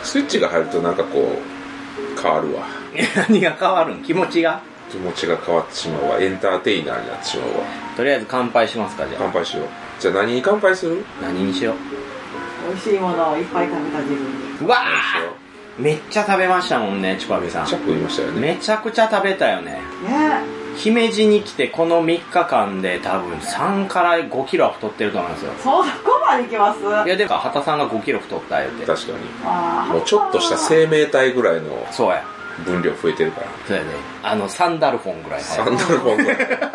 スイッチが入るとなんかこう変わるわ。 何が変わるん？気持ちが変わってしまうわ。エンターテイナーになってしまうわ。 とりあえず乾杯しますか。じゃあ乾杯しよう。じゃあ何に乾杯する？ 何にしよう。 美味しいものをいっぱい食べた自分に。 うわー、めっちゃ食べましたもんね、チュパミさん。 めっちゃ食いましたよね。 めちゃくちゃ食べたよね。 ね姫路に来てこの3日間で多分3から5キロは太ってると思いますよ。 そこまでいきます？ いやでも畑さんが5キロ太ったよって。 確かに。もうちょっとした生命体ぐらいのそうや。 分量増えてるから。 そうやね。サンダルフォンぐらい。 サンダルフォンぐらい。ぐにゃーってか。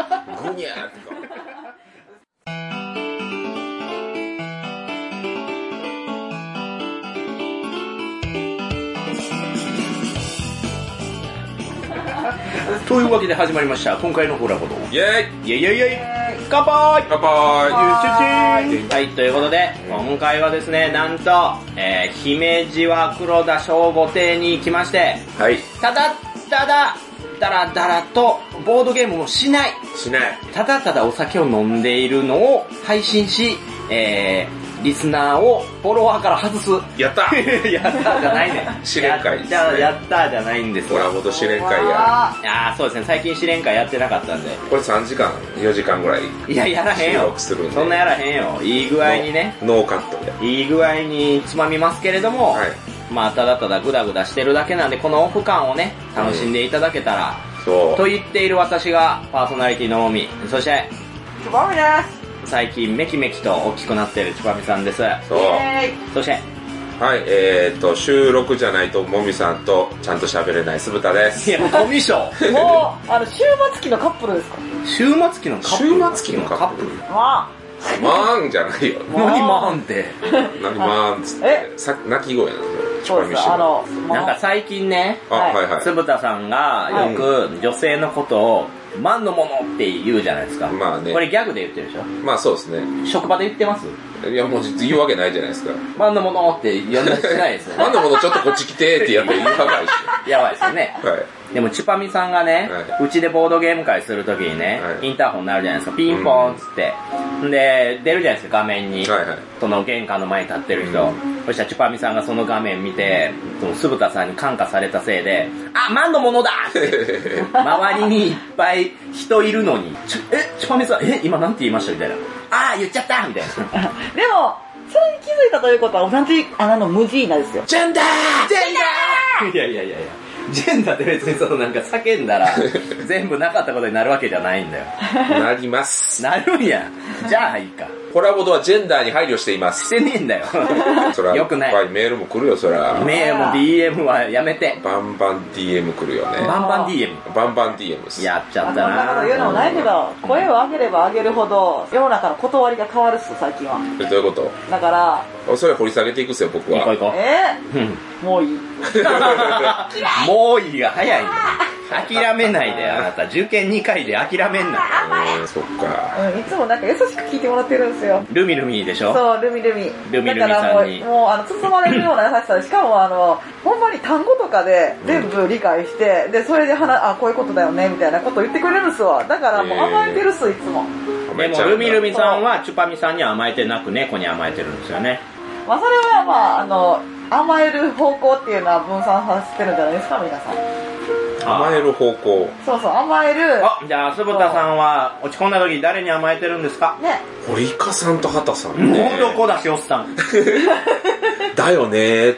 というわけで始まりました今回のホラボド。 イェーイイェイイェイイェイ乾杯乾杯はい、ということで、今回はですね、なんと、姫路は黒田省吾邸に来まして、 はい。 ただ、だらだらと、ボードゲームもしない。ただただお酒を飲んでいるのを配信し、リスナーをフォロワーから外す。 やったやったじゃないね。 試練会ですね。 やったじゃないんですよ。 ホラボド試練会や。 ああ、そうですね。最近試練会やってなかったんで。 これ3時間、4時間ぐらい。 いや、やらへんよ。 収録するんで。 そんなやらへんよ。いい具合にね。 ノーカットで。 いい具合につまみますけれども、 はい。 まあ、ただただグダグダしてるだけなんで、このオフ感をね、楽しんでいただけたら、 そう。 と言っている私がパーソナリティのもみ、そして、 つばみです。 最近メキメキと大きくなっているちばみさんです。 そう。 そして、 はい、収録じゃないともみさんとちゃんと喋れない酢豚です。 いや、もうコミュ障。 もう、終末期のカップルですか？ 終末期のカップル。 終末期のカップル。 ままーんじゃないよ。 何まーんって。 何まーんっつって。泣き声なんですよ。 そうです。 なんか最近ね、 はい。 酢豚さんがよく女性のことを、万のものって言うじゃないですか。 まあね。 これギャグで言ってるでしょ？ まあそうですね。 職場で言ってます？ いやもう言うわけないじゃないですか。 万のものって呼んだりしてないですよね。 万のものちょっとこっち来てってやって言うやばいし。 やばいですよね。 はい。 でもチュパミさんがね、うちでボードゲーム会するときにね、インターホン鳴るじゃないですか。ピンポーンっつって。で、出るじゃないですか、画面に。その玄関の前に立ってる人。そしたらチュパミさんがその画面見て、その酢豚さんに感化されたせいで、あ、万のものだって周りにいっぱい人いるのに、チュパミさん、今なんて言いましたみたいな。あー、言っちゃったみたいな。 でも、それに気づいたということは同じ穴の無ジーナですよ。 ジェンダーいや。ジェンダーって別にそのなんか叫んだら全部なかったことになるわけじゃないんだよ。 なります。 なるんや。じゃあいいか。 コラボドはジェンダーに配慮しています。 してねえんだよ。 そら、 よくない。 いっぱいメールも来るよ、そら。 メールも DM はやめて。 バンバン DM 来るよね。 バンバン DM。 バンバン DM です。 やっちゃったな。 そんなこと言うのもないけど、声を上げれば上げるほど、世の中の断りが変わるっす、最近は。 どういうこと？ だから、 それ掘り下げていくっすよ、僕は。 行こう。 もういい。 もういいが早いんだ。諦めないで、あなた。受験2回で諦めんな。 そっか。 いつもなんか優しく聞いてもらってるんですよ。 ルミルミでしょ？ そう、ルミさんに。だからもう包まれるような優しさで、しかもほんまに単語とかで全部理解して、で、それでこういうことだよね、みたいなことを言ってくれるんすわ。だからもう甘えてるっす、いつも。 でも、ルミルミさんはチュパミさんに甘えてなく猫に甘えてるんですよね。 まあ、それは甘える方向っていうのは分散させてるんじゃないですか、皆さん。 甘える方向。 そう、甘える。 じゃあ、酢豚さんは落ち込んだ時誰に甘えてるんですか？ ね。 堀イカさんと畑さんね。 もうどこだしおっさん。 だよねー。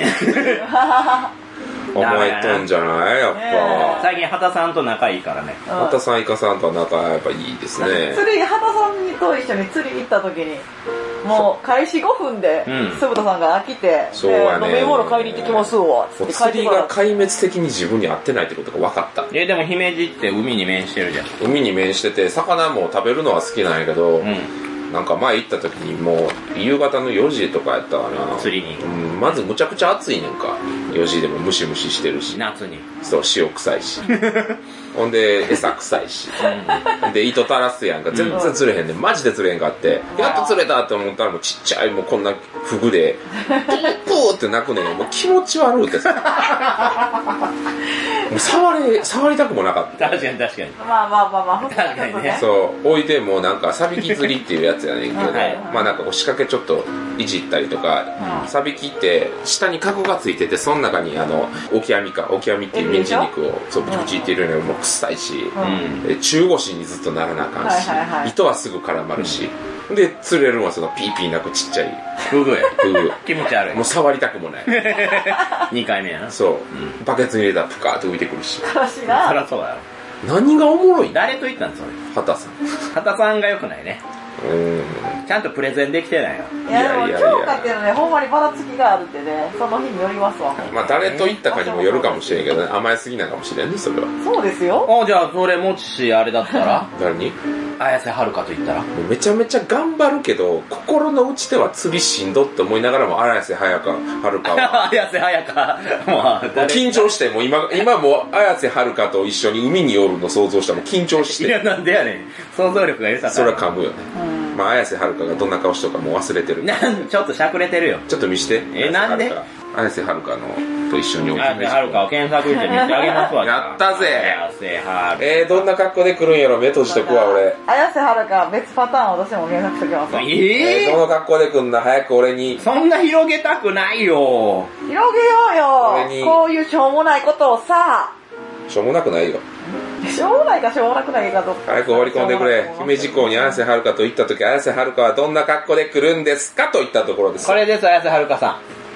甘えとんじゃないやっぱ。 最近畑さんと仲いいからね。 畑さんイカさんとは仲やっぱいいですね。 畑さんと一緒に釣り行った時に、もう開始5分で酢豚さんが飽きて、飲み物買いに行ってきますわっつって釣りが壊滅的に自分に合ってないってことが分かった。 でも姫路って海に面してるじゃん。 海に面してて魚も食べるのは好きなんやけど、なんか前行った時にもう夕方の4時とかやったかな。 釣りに。 まずむちゃくちゃ暑いねんか。4時でもムシムシしてるし。 夏に。 そう、塩臭いし。ほんで、餌臭いし。で、糸垂らすやんか。全然釣れへんねん。マジで釣れへんかって。やっと釣れたって思ったらもうちっちゃい、もうこんなフグで、プーって鳴くねん。もう気持ち悪いってさ。 もう触りたくもなかった。 確かに。 まあ、 確かにね。 そう、置いてもなんか、サビキ釣りっていうやつやねんけど、まあなんかこう仕掛けちょっといじったりとか、サビキって下にカゴがついてて、その中にオキアミっていうミンチ肉をブチブチって入れるのも臭いし、中腰にずっとならなあかんし、糸はすぐ絡まるし、で、釣れるのはそのピーピーなくちっちゃいフグ。気持ち悪い。 もう触りたくもない。 2回目やな。 そう。バケツに入れたらプカーって浮いてくるし。 悲しいな。 そりゃそうだよ。 何がおもろい？ 誰と言ったんそれ？ 畑さん。 畑さんが良くないね。ちゃんとプレゼンできてないよ。 いやでも評価っていうのね、ほんまにばらつきがあるってね、その日によりますわ。 まあ誰と言ったかにもよるかもしれんけどね、甘えすぎないかもしれんね、それは。 そうですよ。 じゃあそれもしあれだったら誰に？ 綾瀬はるかと言ったらめちゃめちゃ頑張るけど、心の内では釣りしんどって思いながらも、綾瀬はるかは綾瀬はやか緊張して、もう今もう綾瀬はるかと一緒に海におるの想像したらもう緊張して。 いやなんでやねん、想像力が豊か。 それは噛むよね。まあ綾瀬はるかがどんな顔しとかもう忘れてる。 ちょっとしゃくれてるよ。 ちょっと見して。 なんで？ 綾瀬はるかのと一緒に綾瀬はるかを検索して見てあげますわ。 やったぜ。 綾瀬はるか。 どんな格好で来るんやろ、目閉じとくわ俺。 綾瀬はるか別パターン私も検索しときますわ。 どの格好で来んな、早く俺に。 そんな広げたくないよ。 広げようよ。こういうしょうもないことをさ。 しょうもなくないよ。 しょうもないかしょうもなくないかどっか。 早く終わり込んでくれ。姫路港に綾瀬はるかと行った時、綾瀬はるかはどんな格好で来るんですかと言ったところです。 これです、綾瀬はるかさん。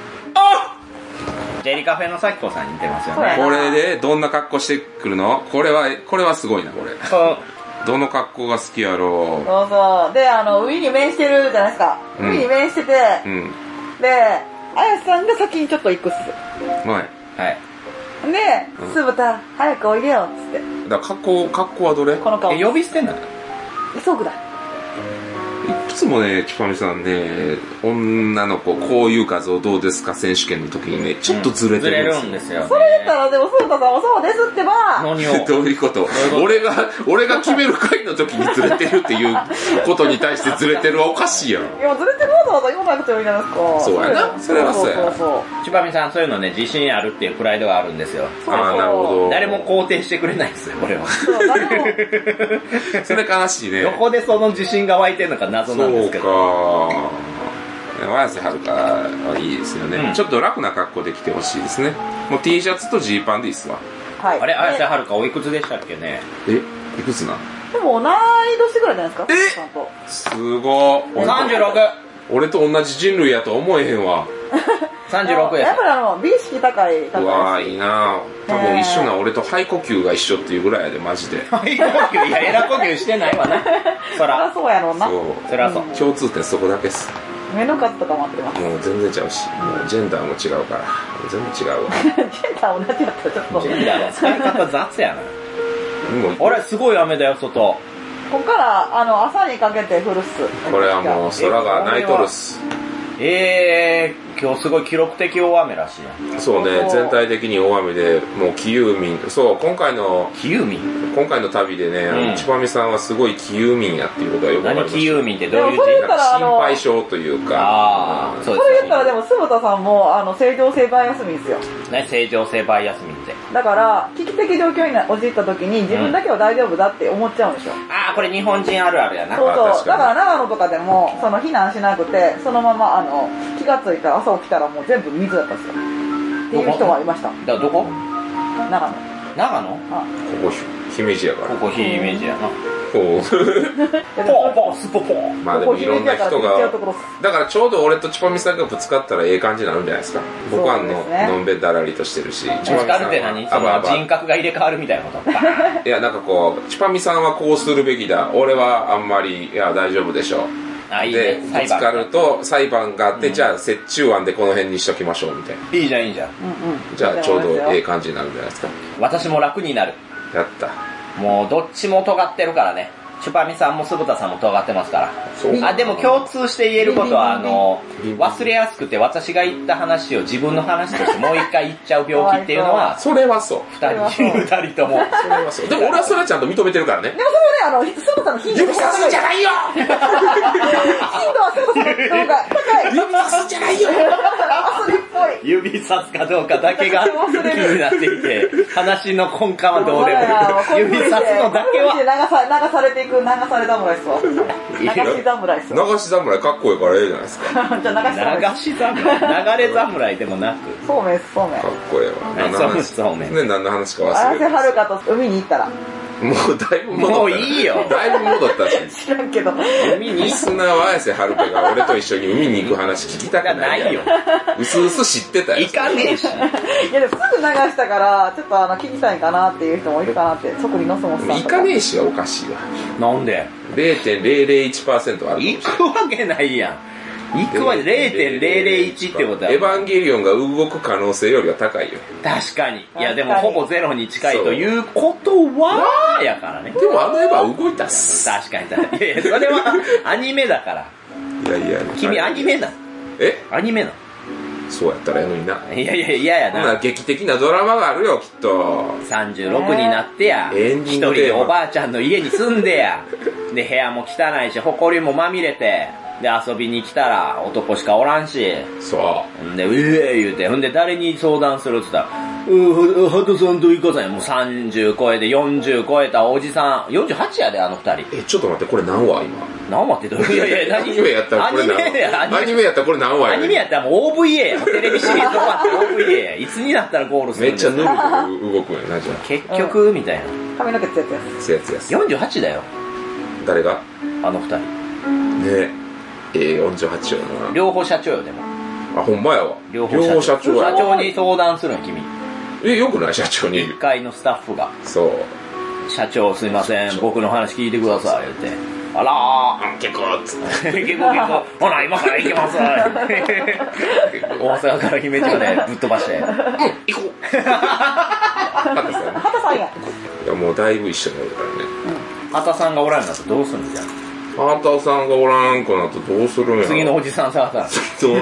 ジェリカフェの咲子さんに似てますよね。 これでどんな格好してくるの？これはすごいな、これ。どの格好が好きやろう。 そうそう。で、海に面してるじゃないですか。海に面してて、で、綾瀬さんが先にちょっと行くっす。 はい。 で、酢豚、早くおいでよ、つって。 だから格好はどれ？ この顔。 呼び捨てんだ。 急ぐだ。 いつもね、ちぱみさんね、女の子こういう画像どうですか選手権の時にね、ちょっとずれてるんですよ。 それ言ったらでも、酢豚さんもそうですってば。 何を？ どういうこと？俺が決める回の時にずれてるっていうことに対してずれてるはおかしいやん。 いや、ずれてるわざわざ言わなくてもいいじゃないですか。 そうやな。それはそうや。 ちぱみさんそういうのね、自信あるっていうプライドがあるんですよ。 なるほど。 誰も肯定してくれないんですよ、これは。 それ悲しいね。 どこでその自信が湧いてるのか謎なんですけど。 綾瀬はるかはいいですよね、ちょっと楽な格好で来てほしいですね。もう T シャツとジーパンでいいっすわ。 はい。 あれ、綾瀬はるかおいくつでしたっけね？ いくつなん？ でも同い年ぐらいじゃないですか。 すごー。 36。 俺と同じ人類やと思えへんわ。 36や。 やっぱり美意識高い方。 うわーいいな。多分一緒な、俺と肺呼吸が一緒っていうぐらいやで、マジで。 肺呼吸？いや、エラ呼吸してないわな。 そらそうやろうな。 そらそう。 共通点そこだけっす。 目の数とかも合ってます。 もう全然ちゃうし、もうジェンダーも違うから、全部違うわ。 ジェンダー同じだったらちょっと。 ジェンダーの使い方雑やな。あれ、すごい雨だよ、外。 こっから朝にかけて降るっす。 これはもう空が泣いとるっす。 今日すごい記録的大雨らしいやん。 そうね、全体的に大雨で、もう紀遊民、そう今回の旅でね、ちぱみさんはすごい紀遊民やっていうことがよくわかりました。 何紀遊民ってどういう字？ 心配性というか。 それ言ったらでも酢豚さんも正常性バイアスミンですよ。 何正常性バイアスミンって？ だから危機的状況に陥った時に自分だけは大丈夫だって思っちゃうんでしょ。 これ日本人あるあるやな。 そうそう。だから長野とかでも避難しなくてそのまま気がついたら朝起きたらもう全部水だったんですよ。っていう人がいました。 どこ？ 長野。 長野？ ここ姫路やから。 ここ姫路やな。 ポースポポー。まあでもいろんな人が、だからちょうど俺とちぱみさんがぶつかったらええ感じになるんじゃないですか。僕はのんべんだらりとしてるし、 ちぱみさんは人格が入れ替わるみたいなこと。 いやなんかこうちぱみさんはこうするべきだ、俺はあんまりいや大丈夫でしょう。でぶつかると裁判があって、じゃあ折衷案でこの辺にしときましょうみたいな。 いいじゃんいいじゃん。 じゃあちょうどええ感じになるんじゃないですか。 私も楽になる。 やった。 もうどっちも尖ってるからね。チュパミさんも酢豚さんも尖ってますから。でも共通して言えることは忘れやすくて私が言った話を自分の話としてもう一回言っちゃう病気っていうのはそれはそう。 二人とも。 それはそう。でも俺はそれはちゃんと認めてるからね。 でもそれね酢豚の頻度指さすんじゃないよ。 頻度は酢豚の方が高い。 指さすんじゃないよ。 遊びっぽい。 指さすかどうかだけが気になっていて、話の根幹はどうでもいい。指さすのだけは。 流されていく、流され侍っすわ。流し侍っすわ。 流し侍かっこいいからええじゃないですか。 じゃあ流し侍流れ侍でもなく。 そうめんす、そうめん。 かっこええわ。 そうめん。 ね、何の話か忘れて。 綾瀬はるかと海に行ったら。 もうだいぶ戻った。 もういいよ。 だいぶ戻ったし。 知らんけど。 海にリスナーは綾瀬はるかが俺と一緒に海に行く話聞きたくないよ。うすうす知ってたよ。 行かねえし。 いやでもすぐ流したから、ちょっと聞きたいかなっていう人もいるかなって、即にノスモスさん。 行かねえしはおかしいわ。 なんで 0.001% ある。 行くわけないやん。行くまで 0.001 ってことはエヴァンゲリオンが動く可能性よりは高いよ。 確かに。いやでもほぼゼロに近いということはやからね。 でもあのエヴァ動いたっす。 確かに。いやいや、それはアニメだから。 いやいや。 君アニメなの？アニメなの？ そうやったらやのにな。 いやいや、嫌やな。 劇的なドラマがあるよ、きっと。 36になってや。一人でおばあちゃんの家に住んでや。で、部屋も汚いし、埃もまみれて。で、遊びに来たら男しかおらんし。 そう。 で、言うて。ほんで、誰に相談するって言ったら、ハトさんとイカさんや。もう30超えて40超えたおじさん。48やで、あの二人。 ちょっと待って、これ何話今？ 何話ってどういう？いやいや、 アニメやったらこれ何話？アニメやったらこれ何話や？ アニメやったらもう OVA や。テレビシリーズ終わって OVA や。いつになったらゴールするんですか？ めっちゃぬるく動くんやな、じゃあ。 結局、みたいな。 髪の毛つやつやつやつ。 48だよ。 誰が？ あの二人。 ね48よな。 両方社長よ、でも。 あ、ほんまやわ。 両方社長や。社長に相談するん、君。 よくない社長に。 1階のスタッフが。 そう。 社長すいません、僕の話聞いてください、言って。あらー、 結構っつって。 結構。ほな、今から行けます。大阪から姫路までぶっ飛ばして。 行こう。畑さんや。 いや、もうだいぶ一緒におるからね。 畑さんがおらんのだとどうするんじゃん。 畑さんがおらんくなったらどうするんや。 次のおじさん探さん。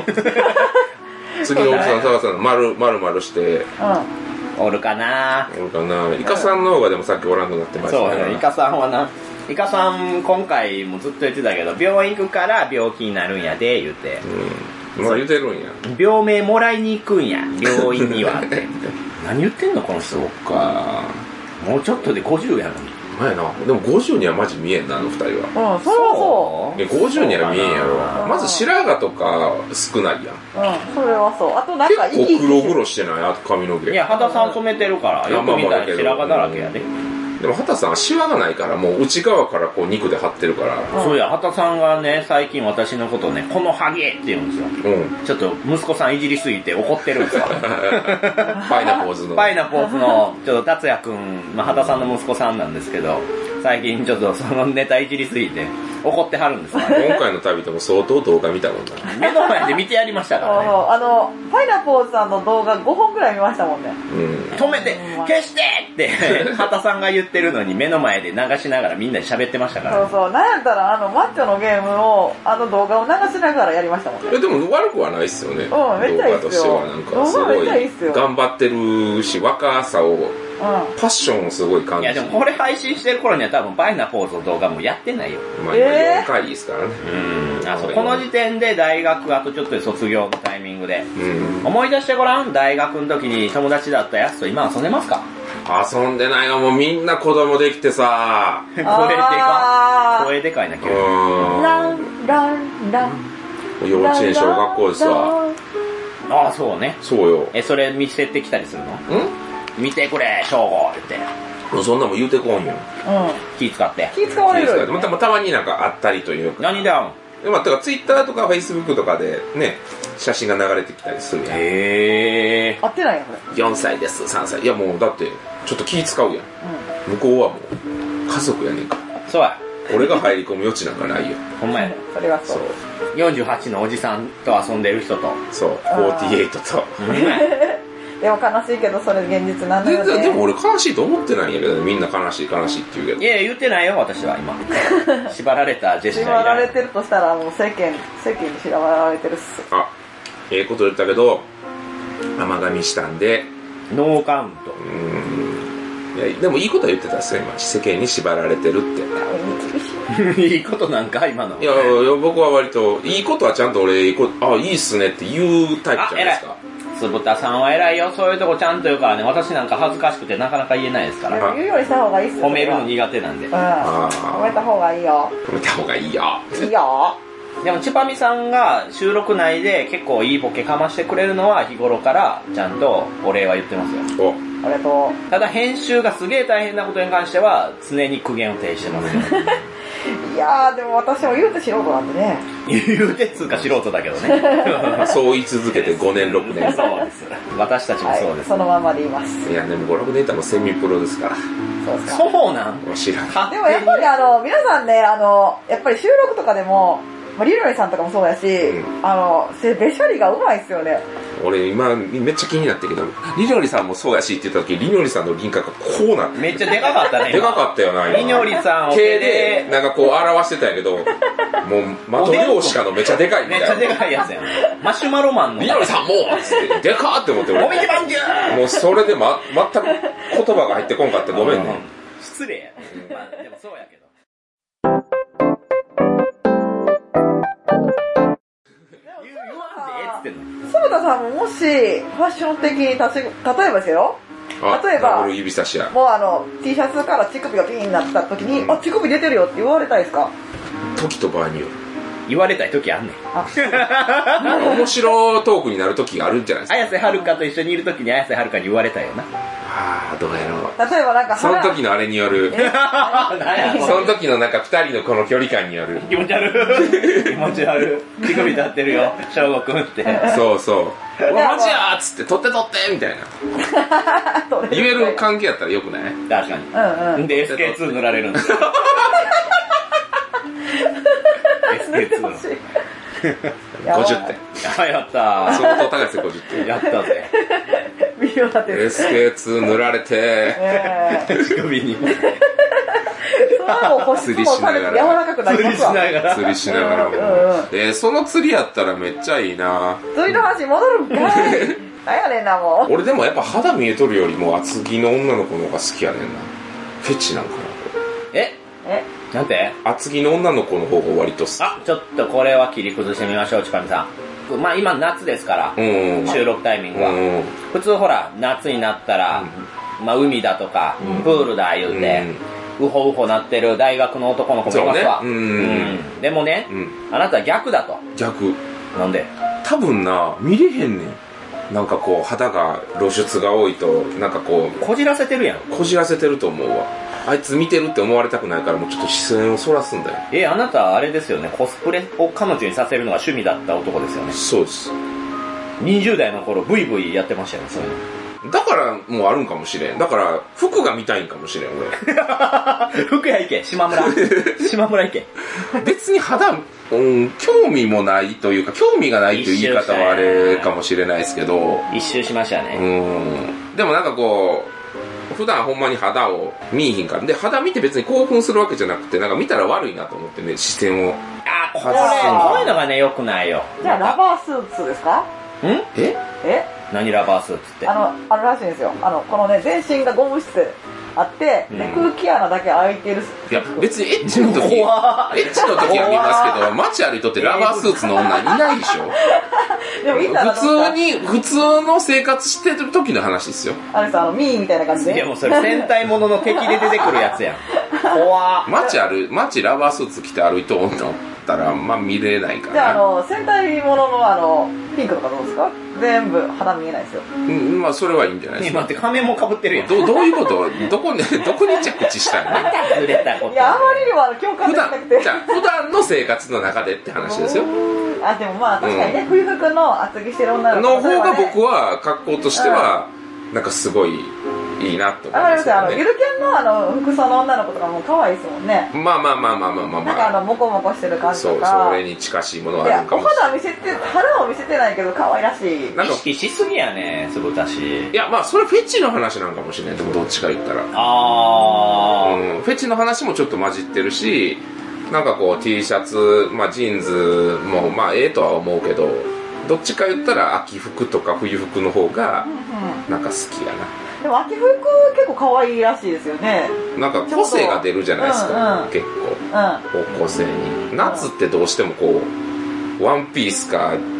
次のおじさん探さん。丸して。 おるかな。 イカさんの方がでもさっきおらんくなってましたね。 そうね、イカさんはな。イカさん今回もずっと言ってたけど、病院行くから病気になるんやで、言うて。 まあ言うてるんや。 病名もらいに行くんや、病院にはって。何言ってんのこの人。 そっか。 もうちょっとで50やのに。 前な。でも50にはマジ見えんな、あの二人は。 それはそう。 50には見えんやろ。まず白髪とか少ないやん。 それはそう。あとなんか結構黒々してない、あと髪の毛。 いや、肌さん染めてるから、よく見たら白髪だらけやで。 でも畑さんはシワがないからもう内側からこう肉で張ってるから、 そうや、畑さんがね最近私のことねこのハゲって言うんですよ、ちょっと息子さんいじりすぎて怒ってるんですよパイナポーズのちょっと達也くん、畑さんの息子さんなんですけど最近ちょっとそのネタいじりすぎて怒ってはるんですよ今回の旅でも相当動画見たもんな目の前で見てやりましたからねパイナポーズさんの動画5本くらい見ましたもんね、 止めて消してって畑さんが言ってるのに目の前で流しながらみんなで喋ってましたからそうなんやったらマッチョのゲームを動画を流しながらやりましたもんねでも悪くはないっすよね、 めっちゃいいっすよ動画としてはなんかすごい頑張ってるし若さをパッションをすごい感じいやでもこれ配信してる頃には多分パイナポーズの動画もやってないよまあ今4回ですからねこの時点で大学あとちょっとで卒業のタイミングで思い出してごらん大学の時に友達だったやつと今遊んでますか遊んでないよもうみんな子供できてさ声でかいな今日幼稚園小学校ですわそうねそうよそれ見せてきたりするの見てくれ翔吾ってそんなもん言うてこんよ気使って気使われるたまになんかあったりというか何だだからツイッターとかフェイスブックとかでね写真が流れてきたりするやん合ってないやんこれ 4歳です3歳いやもうだってちょっと気使うやん、向こうはもう家族やねんからそうや俺が入り込む余地なんかないよほんまやそれはそう 48のおじさんと遊んでる人とそう48とでも悲しいけどそれ現実なんだよねでも俺悲しいと思ってないんやけどみんな悲しいって言うけどいや言ってないよ私は今縛られたジェスチャー縛られてるとしたらもう世間に縛られてるっすこと言ったけど甘噛みしたんでノーカウントいやでもいいことは言ってたっすよ今世間に縛られてるっていいことなんか今のいや僕は割といいことはちゃんと俺いいっすねって言うタイプじゃないですかつぶたさんは偉いよ。そういうとこちゃんと言うからね。私なんか恥ずかしくてなかなか言えないですから。 言うよりした方がいいっすよ。 褒めるの苦手なんで。 褒めた方がいいよ。 褒めた方がいいよ。 いいよ。 でも、チパミさんが収録内で結構いいボケかましてくれるのは日頃からちゃんとお礼は言ってますよ。 ありがとう。 ただ編集がすげえ大変なことに関しては常に苦言を呈してますよ。 いやーでも私は言うて素人なんでね。 言うてつうか素人だけどね。 そう言い続けて5年6年。 そうです。私たちもそうです。 そのままで言います。 いやでも5、6年いたらもうセミプロですから。 そうですか。 そうなん知らん。 でもやっぱり皆さんね、やっぱり収録とかでも、リロリさんとかもそうやし、べしゃりがうまいっすよね。 俺今めっちゃ気になってるけど、リノリさんもそうやしって言った時、リノリさんの輪郭がこうなってめっちゃでかかったね。 でかかったよな、 リノリさんを手でなんかこう表してたんやけど、もうマトリョーシカのめっちゃでかいみたいな。 めっちゃでかいやつやん。マシュマロマンの。 リノリさんもつってでかーって思って俺。おみきまんじゅうもうそれで全く言葉が入ってこんかってごめんね。 失礼や。まあでもそうやけど。 坪田さんももしファッション的に例えばですよ、例えば指差しやもうT シャツから乳首がピンになった時に、乳首出てるよって言われたいですか？ 時と場合による。 言われたい時あんねん。 面白トークになる時があるんじゃないですか。 綾瀬はるかと一緒にいる時に綾瀬はるかに言われたいよな。 どうやろう。 例えばなんかその時のあれによる。その時のなんか2人のこの距離感による。 気持ち悪い。気持ち悪い。乳首立ってるよ、翔吾くんって。 そうそう。マジやーっつって、取って取ってみたいな。言える関係やったらよくない？ 確かに。で、SK2 塗られるんですよ。SK2 の。 50点。 やったー。 相当高いですよ、50点。 やったぜ。 微妙な点。 SK2 塗られて、 乳首に。 それはもう保湿もされて柔らかくなりますわ。 釣りしながらも。その釣りやったらめっちゃいいな。 釣りの話戻るんかい。なんやねんな、もう。 俺でもやっぱ肌見えとるよりも厚着の女の子の方が好きやねんな。フェチなんかな。 なんて？ 厚着の女の子の方が割と好き。 ちょっとこれは切り崩してみましょう、ちかみさん。まあ今夏ですから、収録タイミングは。普通ほら、夏になったら、まあ海だとか、プールだ言うて、うほうほなってる大学の男の子もいますわ。でもね、あなたは逆だと。 逆。 なんで？ 多分な、見れへんねん。なんかこう肌が露出が多いとなんかこうこじらせてるやん。 こじらせてると思うわ。あいつ見てるって思われたくないからもうちょっと視線をそらすんだよ。 あなたあれですよね、コスプレを彼女にさせるのが趣味だった男ですよね。 そうです。 20代の頃ブイブイやってましたよね、そういうの。 だからもうあるんかもしれん。だから服が見たいんかもしれん俺。 服屋行け、島村行け。 別に肌、興味もないというか興味がないという言い方はあれかもしれないですけど、 一周しましたね。 でもなんかこう普段ほんまに肌を見いひんからで、肌見て別に興奮するわけじゃなくて、なんか見たら悪いなと思ってね、視線をこういうのがね良くないよ。 じゃあラバースーツですか？ 何ラバースーツって？ あるらしいんですよ。このね、全身がゴム質あって、空気穴だけ開いてる。 いや、別にエッチの時は見ますけど、街歩いとってラバースーツの女いないでしょ。でも普通の生活してる時の話ですよ。 あれさ、ミーみたいな感じで。 でもそれ戦隊ものの敵で出てくるやつやん。怖街ラバースーツ着て歩いと女ったらまあ見れないから。 じゃあ戦隊もののピンクとかどうですか？全部肌見えないですよ。 まあそれはいいんじゃないですか。 待って、仮面も被ってるやん。 どういうこと？どこに着地したんね。 ずれたこと。 いや、あまりにも共感できなくて。 普段の生活の中でって話ですよ。 でもまあ確かにね、冬服の厚着してる女の子の方が僕は格好としてはなんかすごいいいなと思いますよね。 ゆるキャンの服装の女の子とかも可愛いですもんね。 まあなんかモコモコしてる感じとか。 それに近しいものはあるかもしれない。 肌を見せてないけど可愛らしい。 意識しすぎやね、つぶたし。 いや、まあそれフェチの話なんかもしれない。でもどっちか言ったら。フェチの話もちょっと混じってるし、なんかこう T シャツ、まあジーンズもまあとは思うけど、どっちか言ったら秋服とか冬服の方がなんか好きやな。 でも秋服結構可愛いらしいですよね。 なんか個性が出るじゃないですか、結構、方向性に。夏ってどうしてもこうワンピースか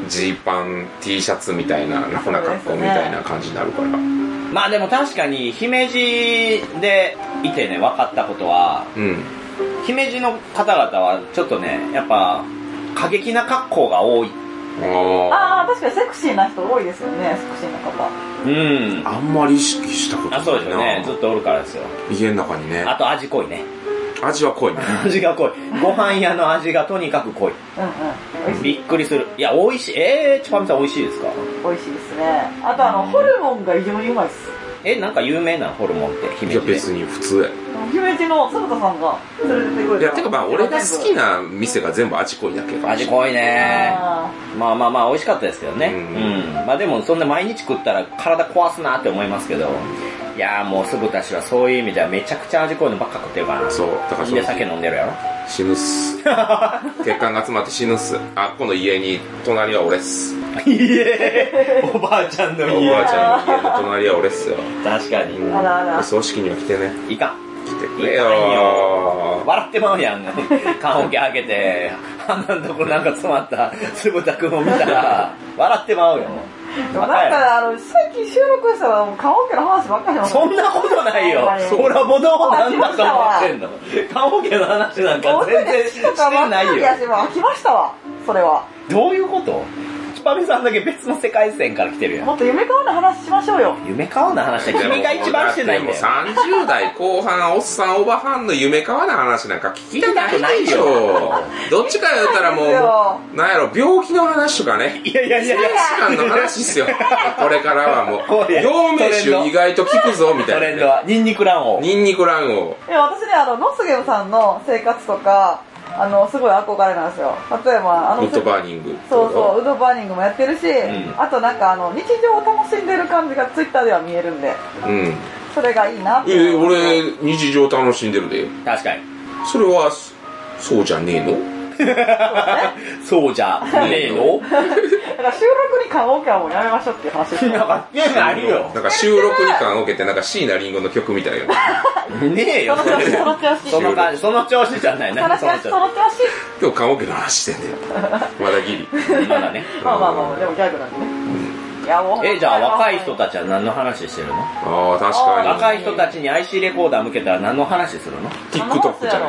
ジーパン T シャツみたいなラフな格好みたいな感じになるから、 まあでも確かに姫路でいてね分かったことは、姫路の方々はちょっとねやっぱ過激な格好が多い。 ああ、確かにセクシーな人多いですよね、セクシーな方。 あんまり意識したことないな。 そうですよね、ずっとおるからですよ。 家の中にね。 あと味濃いね。 味は濃いね。 味が濃い。ご飯屋の味がとにかく濃い。びっくりする。いや、美味しい。ちぱみさん美味しいですか？ 美味しいですね。あとホルモンが異常にうまいです。 なんか有名なホルモンって姫路で？ いや別に普通や。 姫路の坂田さんが連れてってくれた。 いや、てかまあ俺が好きな店が全部味濃いだけか。 味濃いね。まあ美味しかったですけどね。まあでもそんな毎日食ったら体壊すなって思いますけど。いやーもうすぐたちはそういう意味ではめちゃくちゃ味濃いのばっか食ってるからな。 そう。だからで酒飲んでるやろ。 死ぬっす。血管が集まって死ぬっす。この家に隣は俺っす。 おばあちゃんの家。 おばあちゃんの家の隣は俺っすよ。 確かに。 葬式には来てね。 いかん。 来てくれよ。 笑ってまうやん。棺桶開けて、鼻のとこなんか詰まったつぶたくんを見たら、笑ってまうよ。 なんか最近収録したら棺桶の話ばっかりなの。 そんなことないよ。ほらボドなんだと思ってんの。棺桶の話なんか全然してないよ。 飽きましたわ、それは。 どういうこと？チパミさんだけ別の世界線から来てるやん。 もっと夢顔な話しましょうよ。 夢顔な話は君が一番してないんだよ。 30代後半おっさんおばはんの夢顔な話なんか聞きたくないよ。どっちか言うたらもうなんやろ病気の話とかね。 いや時間の話っすよ。これからはもう陽明酒意外と効くぞみたいな、ね。トレンドはニンニク卵黄。ニンニク卵黄。 いや私ねノスゲムさんの生活とか。すごい憧れなんですよ。例えばウッドバーニング。 そうそう、ウッドバーニングもやってるし、あとなんか日常を楽しんでる感じがツイッターでは見えるんで、それがいいなって。 俺日常楽しんでるで。 確かに。 それはそうじゃねえの？ そうじゃねえの？ だから収録に棺桶はもうやめましょうっていう話ですよ。 いやあるよ。 なんか収録に棺桶ってなんか椎名林檎の曲みたいよ。 ねえよ。その調子じゃないな。 その調子。 今日棺桶の話してんだよ。まだギリ。 まだね。 まあでもギャグなんでね。 じゃあ若い人たちは何の話してるの？ 確かに。 若い人たちに IC レコーダー向けたら何の話するの？ TikTok じゃない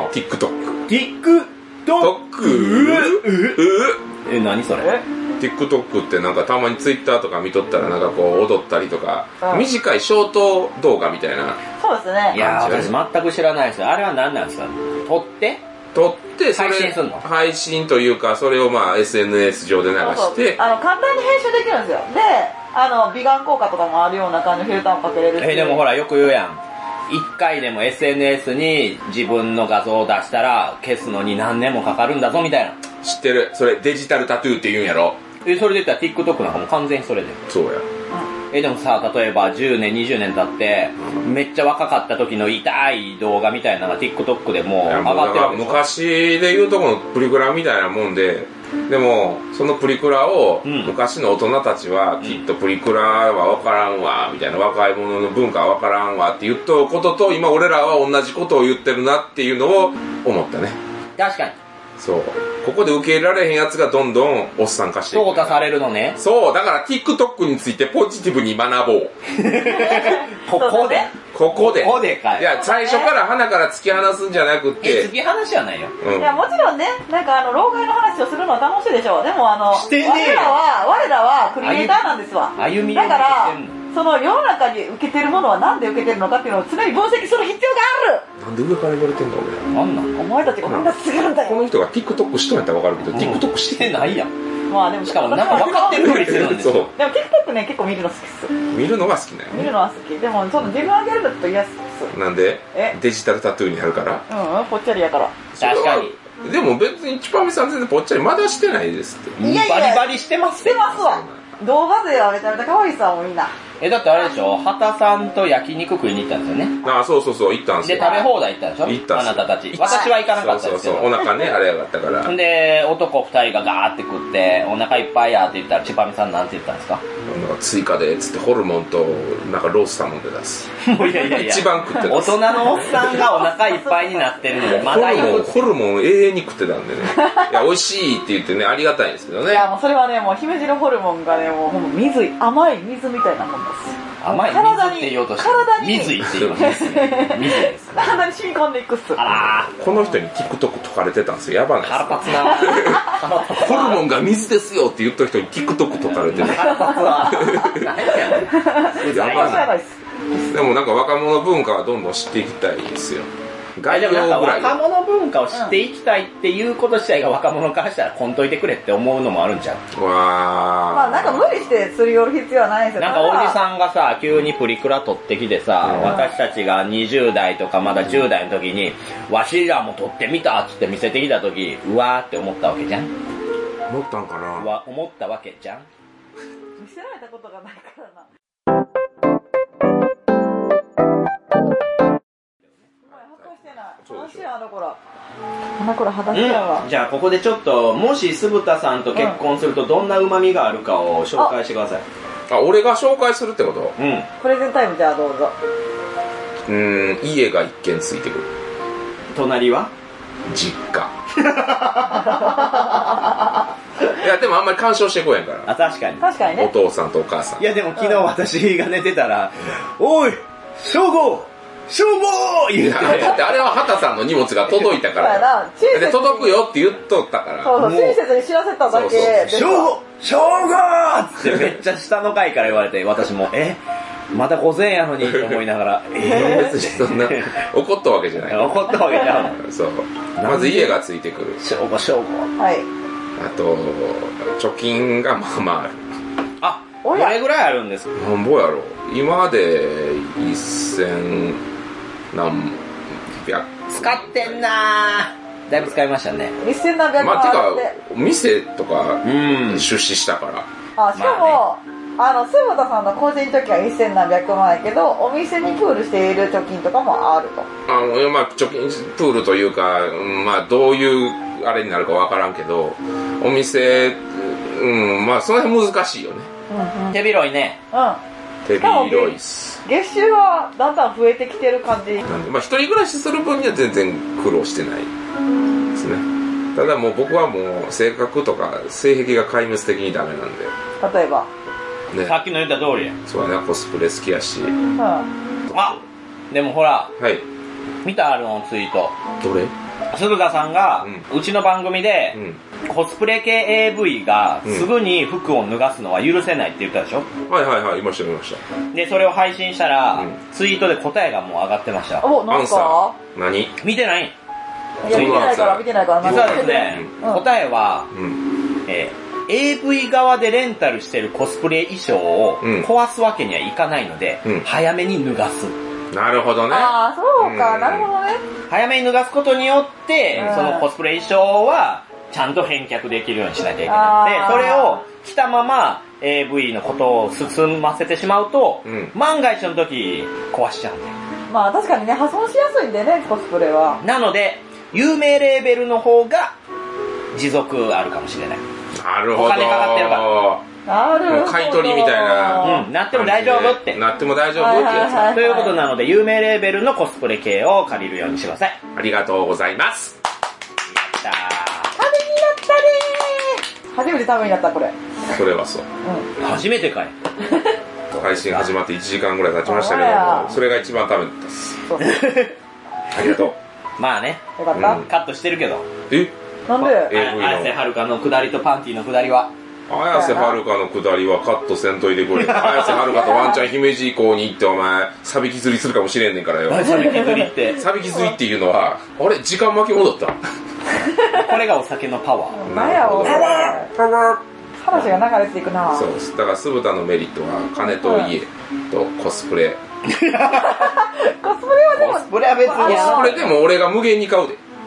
。TikTok。 何それ ？TikTok ってなんかたまに Twitter とか見とったらなんかこう踊ったりとか、短いショート動画みたいな。 そうですね。 いや私全く知らないですよ。あれは何なんですか？撮ってそれ配信するの？配信というかそれをSNS 上で流して簡単に編集できるんですよ。で美顔効果とかもあるような感じのフィルターもかけれるし。 でもほらよく言うやん。一回でも SNS に自分の画像を出したら消すのに何年もかかるんだぞみたいな。 知ってる。それデジタルタトゥーって言うんやろ。 それで言ったら TikTok なんかも完全にそれで。 そうや。 でもさ、例えば10年20年経ってめっちゃ若かった時の痛い動画みたいなのが TikTok でもう上がってるわけでしょ。 昔で言うとこのプリクラみたいなもんで、でもそのプリクラを昔の大人たちはきっとプリクラは分からんわみたいな、若い者の文化は分からんわって言っとることと今俺らは同じことを言ってるなっていうのを思ったね。 確かに。 そう。ここで受け入れられへんやつがどんどんおっさん化していく。 淘汰されるのね。 そう。だから TikTok についてポジティブに学ぼう。ここでかい。いや、最初から鼻から突き放すんじゃなくて。 突き放しはないよ。 いや、もちろんね、なんか老害の話をするのは楽しいでしょう。でもしてねえよ。 我らはクリエイターなんですわ。 歩みだから、その世の中に受けてるものはなんで受けてるのかっていうのを常に分析する必要がある。 なんで上から言われてんだ俺。 なんなんお前たちがこんなすぎるんだよ。 この人が TikTok しとんやったら分かるけど、TikTok してないやん。 まあでもしかもなんか分かってるふりするんですよ。 そう。 でも TikTok ね結構見るの好きっす。 見るのが好きなよね。 見るのは好き。でもその自分上げるのちょっと嫌っす。 なんで？デジタルタトゥーになるから？ ぽっちゃりやから。 確かに。 でも別にチパミさん全然ぽっちゃりまだしてないですって。 バリバリしてます。 してますわ。動画勢はめちゃめちゃ可愛いさもみんな。 だってあれでしょ、畑さんと焼肉食いに行ったんですよね。 そう行ったんですよ。 で、食べ放題行ったんでしょ、 行ったんですよ。 あなたたち。私は行かなかったですけど。 そう、お腹ね、あれやがったから。 で、男2人がガーって食って、お腹いっぱいやって言ったら、チュパミさんなんて言ったんですか？ 追加で、つってホルモンと、なんかロース頼んでたし。 いや一番食ってた。 大人のおっさんがお腹いっぱいになってるので、まだホルモン永遠に食ってたんでね。いや、美味しいって言ってね、ありがたいんですけどね。 いや、もうそれはね、もう姫路のホルモンがね、もう甘い水みたいなもんですよ。 甘い水って言おうとして水いって言います。水です。 体に染み込んでいくっす。 この人に TikTok 解かれてたんですよ。やばないです。 腹立つな。 ホルモンが水ですよって言った人に TikTok 解かれてる。 腹立つわ。 やばない。でもなんか若者文化はどんどん知っていきたいですよ。 概要ぐらい。若者文化を知っていきたいっていうこと自体が若者からしたらこんといてくれって思うのもあるんちゃう？ まあなんか無理してすり寄る必要はないですよ。 なんかおじさんがさ、急にプリクラ撮ってきてさ、私たちが20代とかまだ10代の時に、わしらも撮ってみたっつって見せてきた時、うわーって思ったわけじゃん？ 思ったんかな？ 思ったわけじゃん？ 見せられたことがないからな。 じゃあここでちょっと、もし酢豚さんと結婚するとどんな旨味があるかを紹介してください。 俺が紹介するってこと？ プレゼンタイムじゃあどうぞ。 家が一軒ついてくる。 隣は？ 実家。いやでもあんまり干渉してこへんから。 確かにね。 お父さんとお母さん。 いやでも昨日私が寝てたら、おい正吾言って。 だってあれは畑さんの荷物が届いたから。で届くよって言っとったから。 そう親切に知らせただけで。 正吾ってめっちゃ下の階から言われて、私もまだ5000円やのにと思いながら、 別にそんな怒ったわけじゃない。 怒ったわけじゃん。 そう。まず家がついてくる。 正吾。 はい。 あと貯金がまあまあある。 どれぐらいあるんですか？ なんぼやろう。今で1000何百。 使ってんなー。だいぶ使いましたね。 1000何百まあてか店とか出資したから。 しかも酢豚さんの個人貯金は1000何百万やけど、お店にプールしている貯金とかもあると。 まあ貯金プールというか、まあどういうあれになるかわからんけど、お店まあその辺難しいよね。 手広いね。 手広いっす。 月収はだんだん増えてきてる感じ。 まあ一人暮らしする分には全然苦労してないですね。ただもう僕はもう性格とか性癖が壊滅的にダメなんで。 例えばね、さっきの言った通りや。 そうやね、コスプレ好きやし。 でもほら、 はい。 見たツイート。 どれ？ 酢豚さんが、うちの番組で、コスプレ系 AV がすぐに服を脱がすのは許せないって言ったでしょ？ はい、見ました。 で、それを配信したら、ツイートで答えがもう上がってました。 アンサー？何？ 見てない？ いや、見てないから。 実はですね、答えは、AV 側でレンタルしてるコスプレ衣装を壊すわけにはいかないので、早めに脱がす。 なるほどね。 そうか、なるほどね。 早めに脱がすことによって、そのコスプレ衣装はちゃんと返却できるようにしなきゃいけない。で、それを着たまま AV のことを進ませてしまうと、万が一の時壊しちゃうんだよ。 まあ確かにね、破損しやすいんでね、コスプレは。 なので、有名レーベルの方が持続あるかもしれない。 なるほど。 お金かかってるから。 なるほど。 買い取りみたいな。 なっても大丈夫って。 なっても大丈夫ってやつ。 ということなので、有名レーベルのコスプレ系を借りるようにしてください。 ありがとうございます。 やったー。 ためになったねー。初めてためになった、これ。 それはそう。 初めてかい。 配信始まって1時間ぐらい経ちましたけど、それが一番ためだったっす。ありがとう。 まあね。 よかった。 カットしてるけど。 なんで？ 綾瀬はるかの下りとパンティの下りは。 綾瀬はるかの下りはカットせんといてくれ。綾瀬はるかとワンチャン姫路港に行ってお前、サビキ釣りするかもしれんねんからよ。 サビキ釣りって。 サビキ釣りっていうのは、あれ時間巻き戻った。 これがお酒のパワー。 何やおパワー。話が流れていくな。 そうです。だから酢豚のメリットは金と家とコスプレ。 コスプレはでも。 コスプレは別に。 コスプレでも俺が無限に買うで。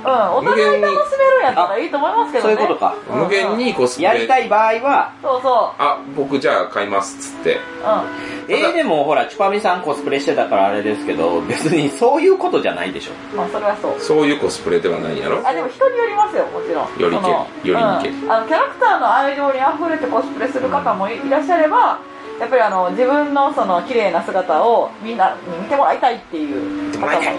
大人に楽しめるんやったらいいと思いますけどね。 そういうことか。 無限にコスプレやりたい場合は、 そうそう。 僕じゃあ買いますっつって。 でもほら、チュパミさんコスプレしてたからあれですけど、別にそういうことじゃないでしょ。 まあそれはそう。 そういうコスプレではないんやろ。 でも人によりますよ、もちろん。 よりにけり。 キャラクターの愛情に溢れてコスプレする方もいらっしゃれば、やっぱり自分のその綺麗な姿をみんなに見てもらいたいっていう方もいます。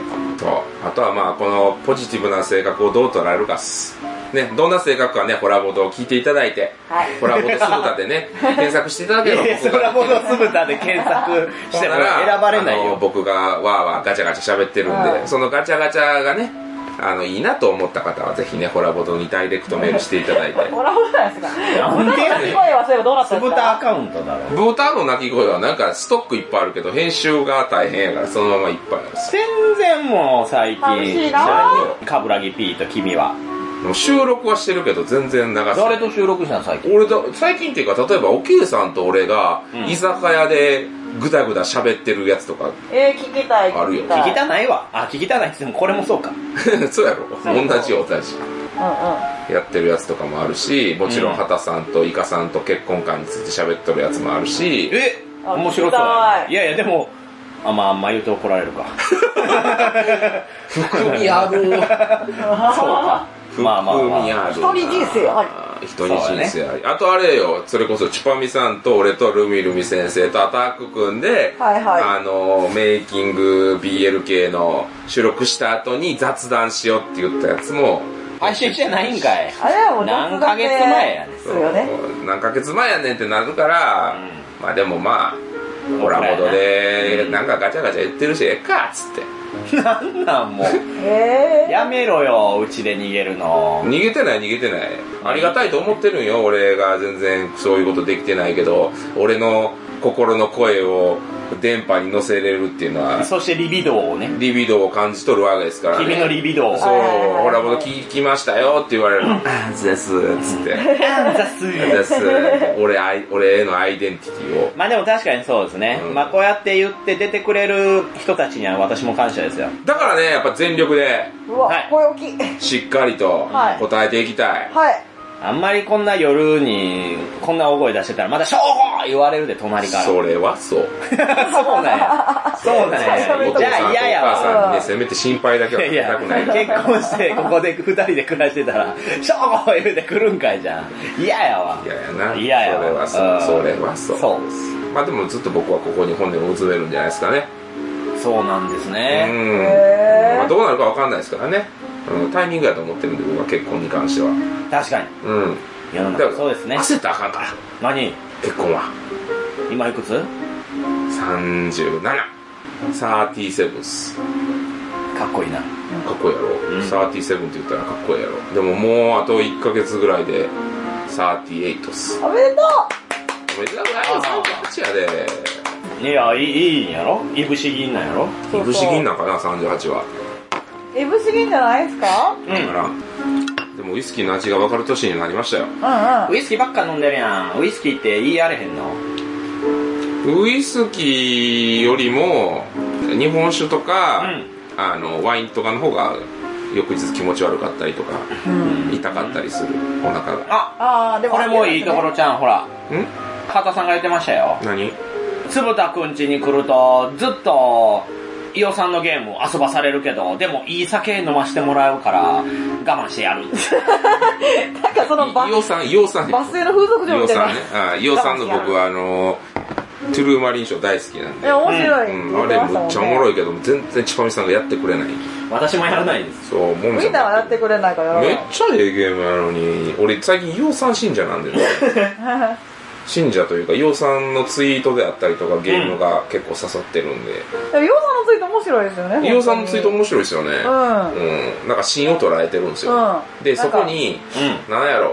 そう。あとはまあこのポジティブな性格をどう捉えるかっす。ね、どんな性格かね、ホラボドを聞いていただいて、ホラボド酢豚でね、検索していただければホラボド酢豚で検索しても選ばれないよ。 僕がわーわーガチャガチャ喋ってるんで、そのガチャガチャがね、いいなと思った方はぜひね、ホラボドにダイレクトメールしていただいて。 ホラボドなんですか？豚の鳴き声はそういえばどうなったんですか？ 豚アカウントだろ。 豚の鳴き声はなんかストックいっぱいあるけど、編集が大変やからそのままいっぱいある。 全然もう最近、カブラギ P と君は。 収録はしてるけど全然流す。 誰と収録したの最近？ 最近っていうか、例えばおけいさんと俺が居酒屋でぐだぐだ喋ってるやつとか聞きたい。 あるよ。 聞きたないわ。聞きたないって言ってもこれもそうか。 そうやろ。同じよ、同じ。やってるやつとかもあるし、もちろん畑さんとイカさんと結婚観について喋ってるやつもあるし。 面白そう。いやいやでもあんま言うと怒られるか。 含みある。そうか。 まあ一人人生あり。 一人人生あり。あとあれよ、それこそチュパミさんと俺とルミルミ先生とアタック君で、メイキング BL 系の収録した後に雑談しようって言ったやつも配信してないんかい。 あれはもう何ヶ月前やねん。 そうよね。 何ヶ月前やねんってなるから、まあでもまあホラボドでなんかガチャガチャ言ってるしええかっつって。 なんなんもう、やめろよ、うちで逃げるの。 逃げてないありがたいと思ってるんよ。俺が全然そういうことできてないけど、俺の心の声を電波に乗せれるっていうのは、 そしてリビドーをね、 リビドーを感じ取るわけですからね。 君のリビドー、 そう、ホラボド聞きましたよって言われるの。ザスっつってザス俺へのアイデンティティを。 まあでも確かにそうですね、まあこうやって言って出てくれる人たちには私も感謝ですよ。 だからね、やっぱ全力で声大きいしっかりと答えていきたい。 あんまりこんな夜にこんな大声出してたらまたショーゴー言われるで、隣から。 それはそうそうなんや。じゃあ嫌やわ。 お母さんにね、せめて心配だけはかけたくない。 結婚してここで2人で暮らしてたらショーゴー言うてくるんかい。じゃん嫌やわ。 嫌やな。 嫌やわ。それはそう。まあでもずっと僕はここに本音をうずめるんじゃないですかね。 そうなんですね。 まあどうなるかわかんないですからね。タイミングやと思ってるんで、僕は結婚に関しては。 確かに。世の中そうですね。 焦ったらあかんから。 何？ 結婚は。 今いくつ ？37。37っす。 かっこいいな。 かっこいいやろ。37って言ったらかっこいいやろ。でももうあと1ヶ月ぐらいで38っす。 おめでとう。 おめでとうございます。38やで。 いや、いいんやろ？いぶし銀なんやろ？ いぶし銀なんかな、38は。 いぶし銀じゃないですか？ だからでもウイスキーの味が分かる年になりましたよ。 ウイスキーばっか飲んでるやん。ウイスキーって言いやれへんの？ ウイスキーよりも日本酒とか、ワインとかの方が翌日気持ち悪かったりとか、痛かったりする、お腹が。 でもこれもいいところちゃん。ほら、畑さんが言ってましたよ。 何？ 坪田くん家に来るとずっと伊代さんのゲームを遊ばされるけど、でもいい酒飲ましてもらうから我慢してやる。 なんかその伊代さんバス停の風俗場みたいな。 伊代さんの僕はトゥルーマリンショー大好きなんで。 いや面白い。 あれむっちゃおもろいけど全然チパミさんがやってくれない。 私もやらないです。 そう、もみんなはやってくれないからやろう。 めっちゃええゲームやのに、俺最近伊代さん信者なんでね。信者というか、伊代さんのツイートであったりとかゲームが結構刺さってるんで。 伊代さんのツイート面白いですよね。 伊代さんのツイート面白いですよね。なんか芯を捉えてるんですよ。で、そこに、なんやろ、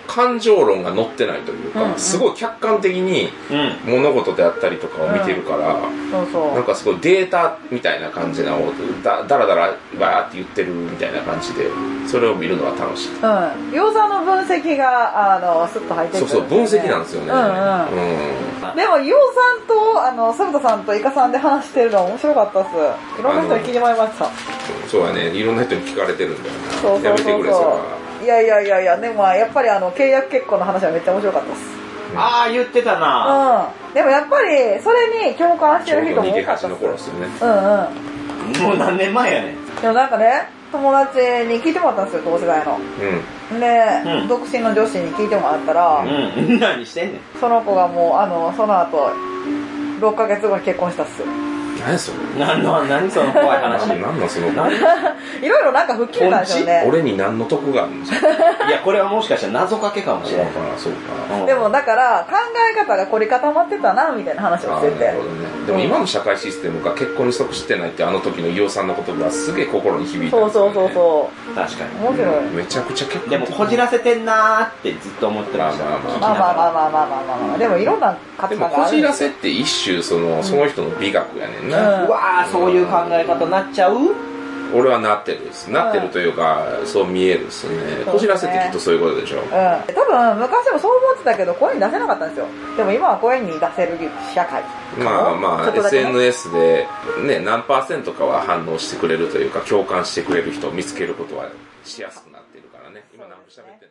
感情論が乗ってないというか、すごい客観的に物事であったりとかを見てるから、なんかすごいデータみたいな感じなのをだらだらバーって言ってるみたいな感じで、それを見るのは楽しい。 洋さんの分析がスッと入ってくる、ね。そう分析なんですよね。 でも洋さんとサブタさんとイカさんで話してるの面白かったっす。いろんな人に聞いてもらいました。 そうやね、いろんな人に聞かれてるんだよな。やめてくれそれは。 いやでもやっぱり契約結婚の話はめっちゃ面白かったです。 ああ言ってたな。 でもやっぱりそれに共感してる人も多かったです。 28の頃ですよね。 もう何年前やねん。 でもなんかね、友達に聞いてもらったんですよ、同世代の。で、独身の女子に聞いてもらったら、 何してんねん。 その子がもうその後6ヶ月後に結婚したっすよ。 何それ？ 何その怖い話。 何そのいろいろなんか吹っ切れたんですよね。 俺に何の得があるんですか？ いやこれはもしかしたら謎かけかもしれない。 そうか。 でもだから考え方が凝り固まってたなみたいな話をしてて。 なるほどね。でも今の社会システムが結婚に即してないってあの時の伊代さんの言葉がすげえ心に響いたんですよね。 そう確かに面白い。 めちゃくちゃ結婚。 でもこじらせてんなーってずっと思ってました。 まあでもいろんな価値観がある。 でもこじらせって一種その人の美学やねんな。 うわーそういう考え方になっちゃう？ 俺はなってるです。なってるというか、そう見えるですね。こじらせってきっとそういうことでしょ。 多分昔もそう思ってたけど声に出せなかったんですよ。でも今は声に出せる社会。 まあ SNS でね何%かは反応してくれるというか共感してくれる人を見つけることはしやすくなってるからね。今何分喋ってんの？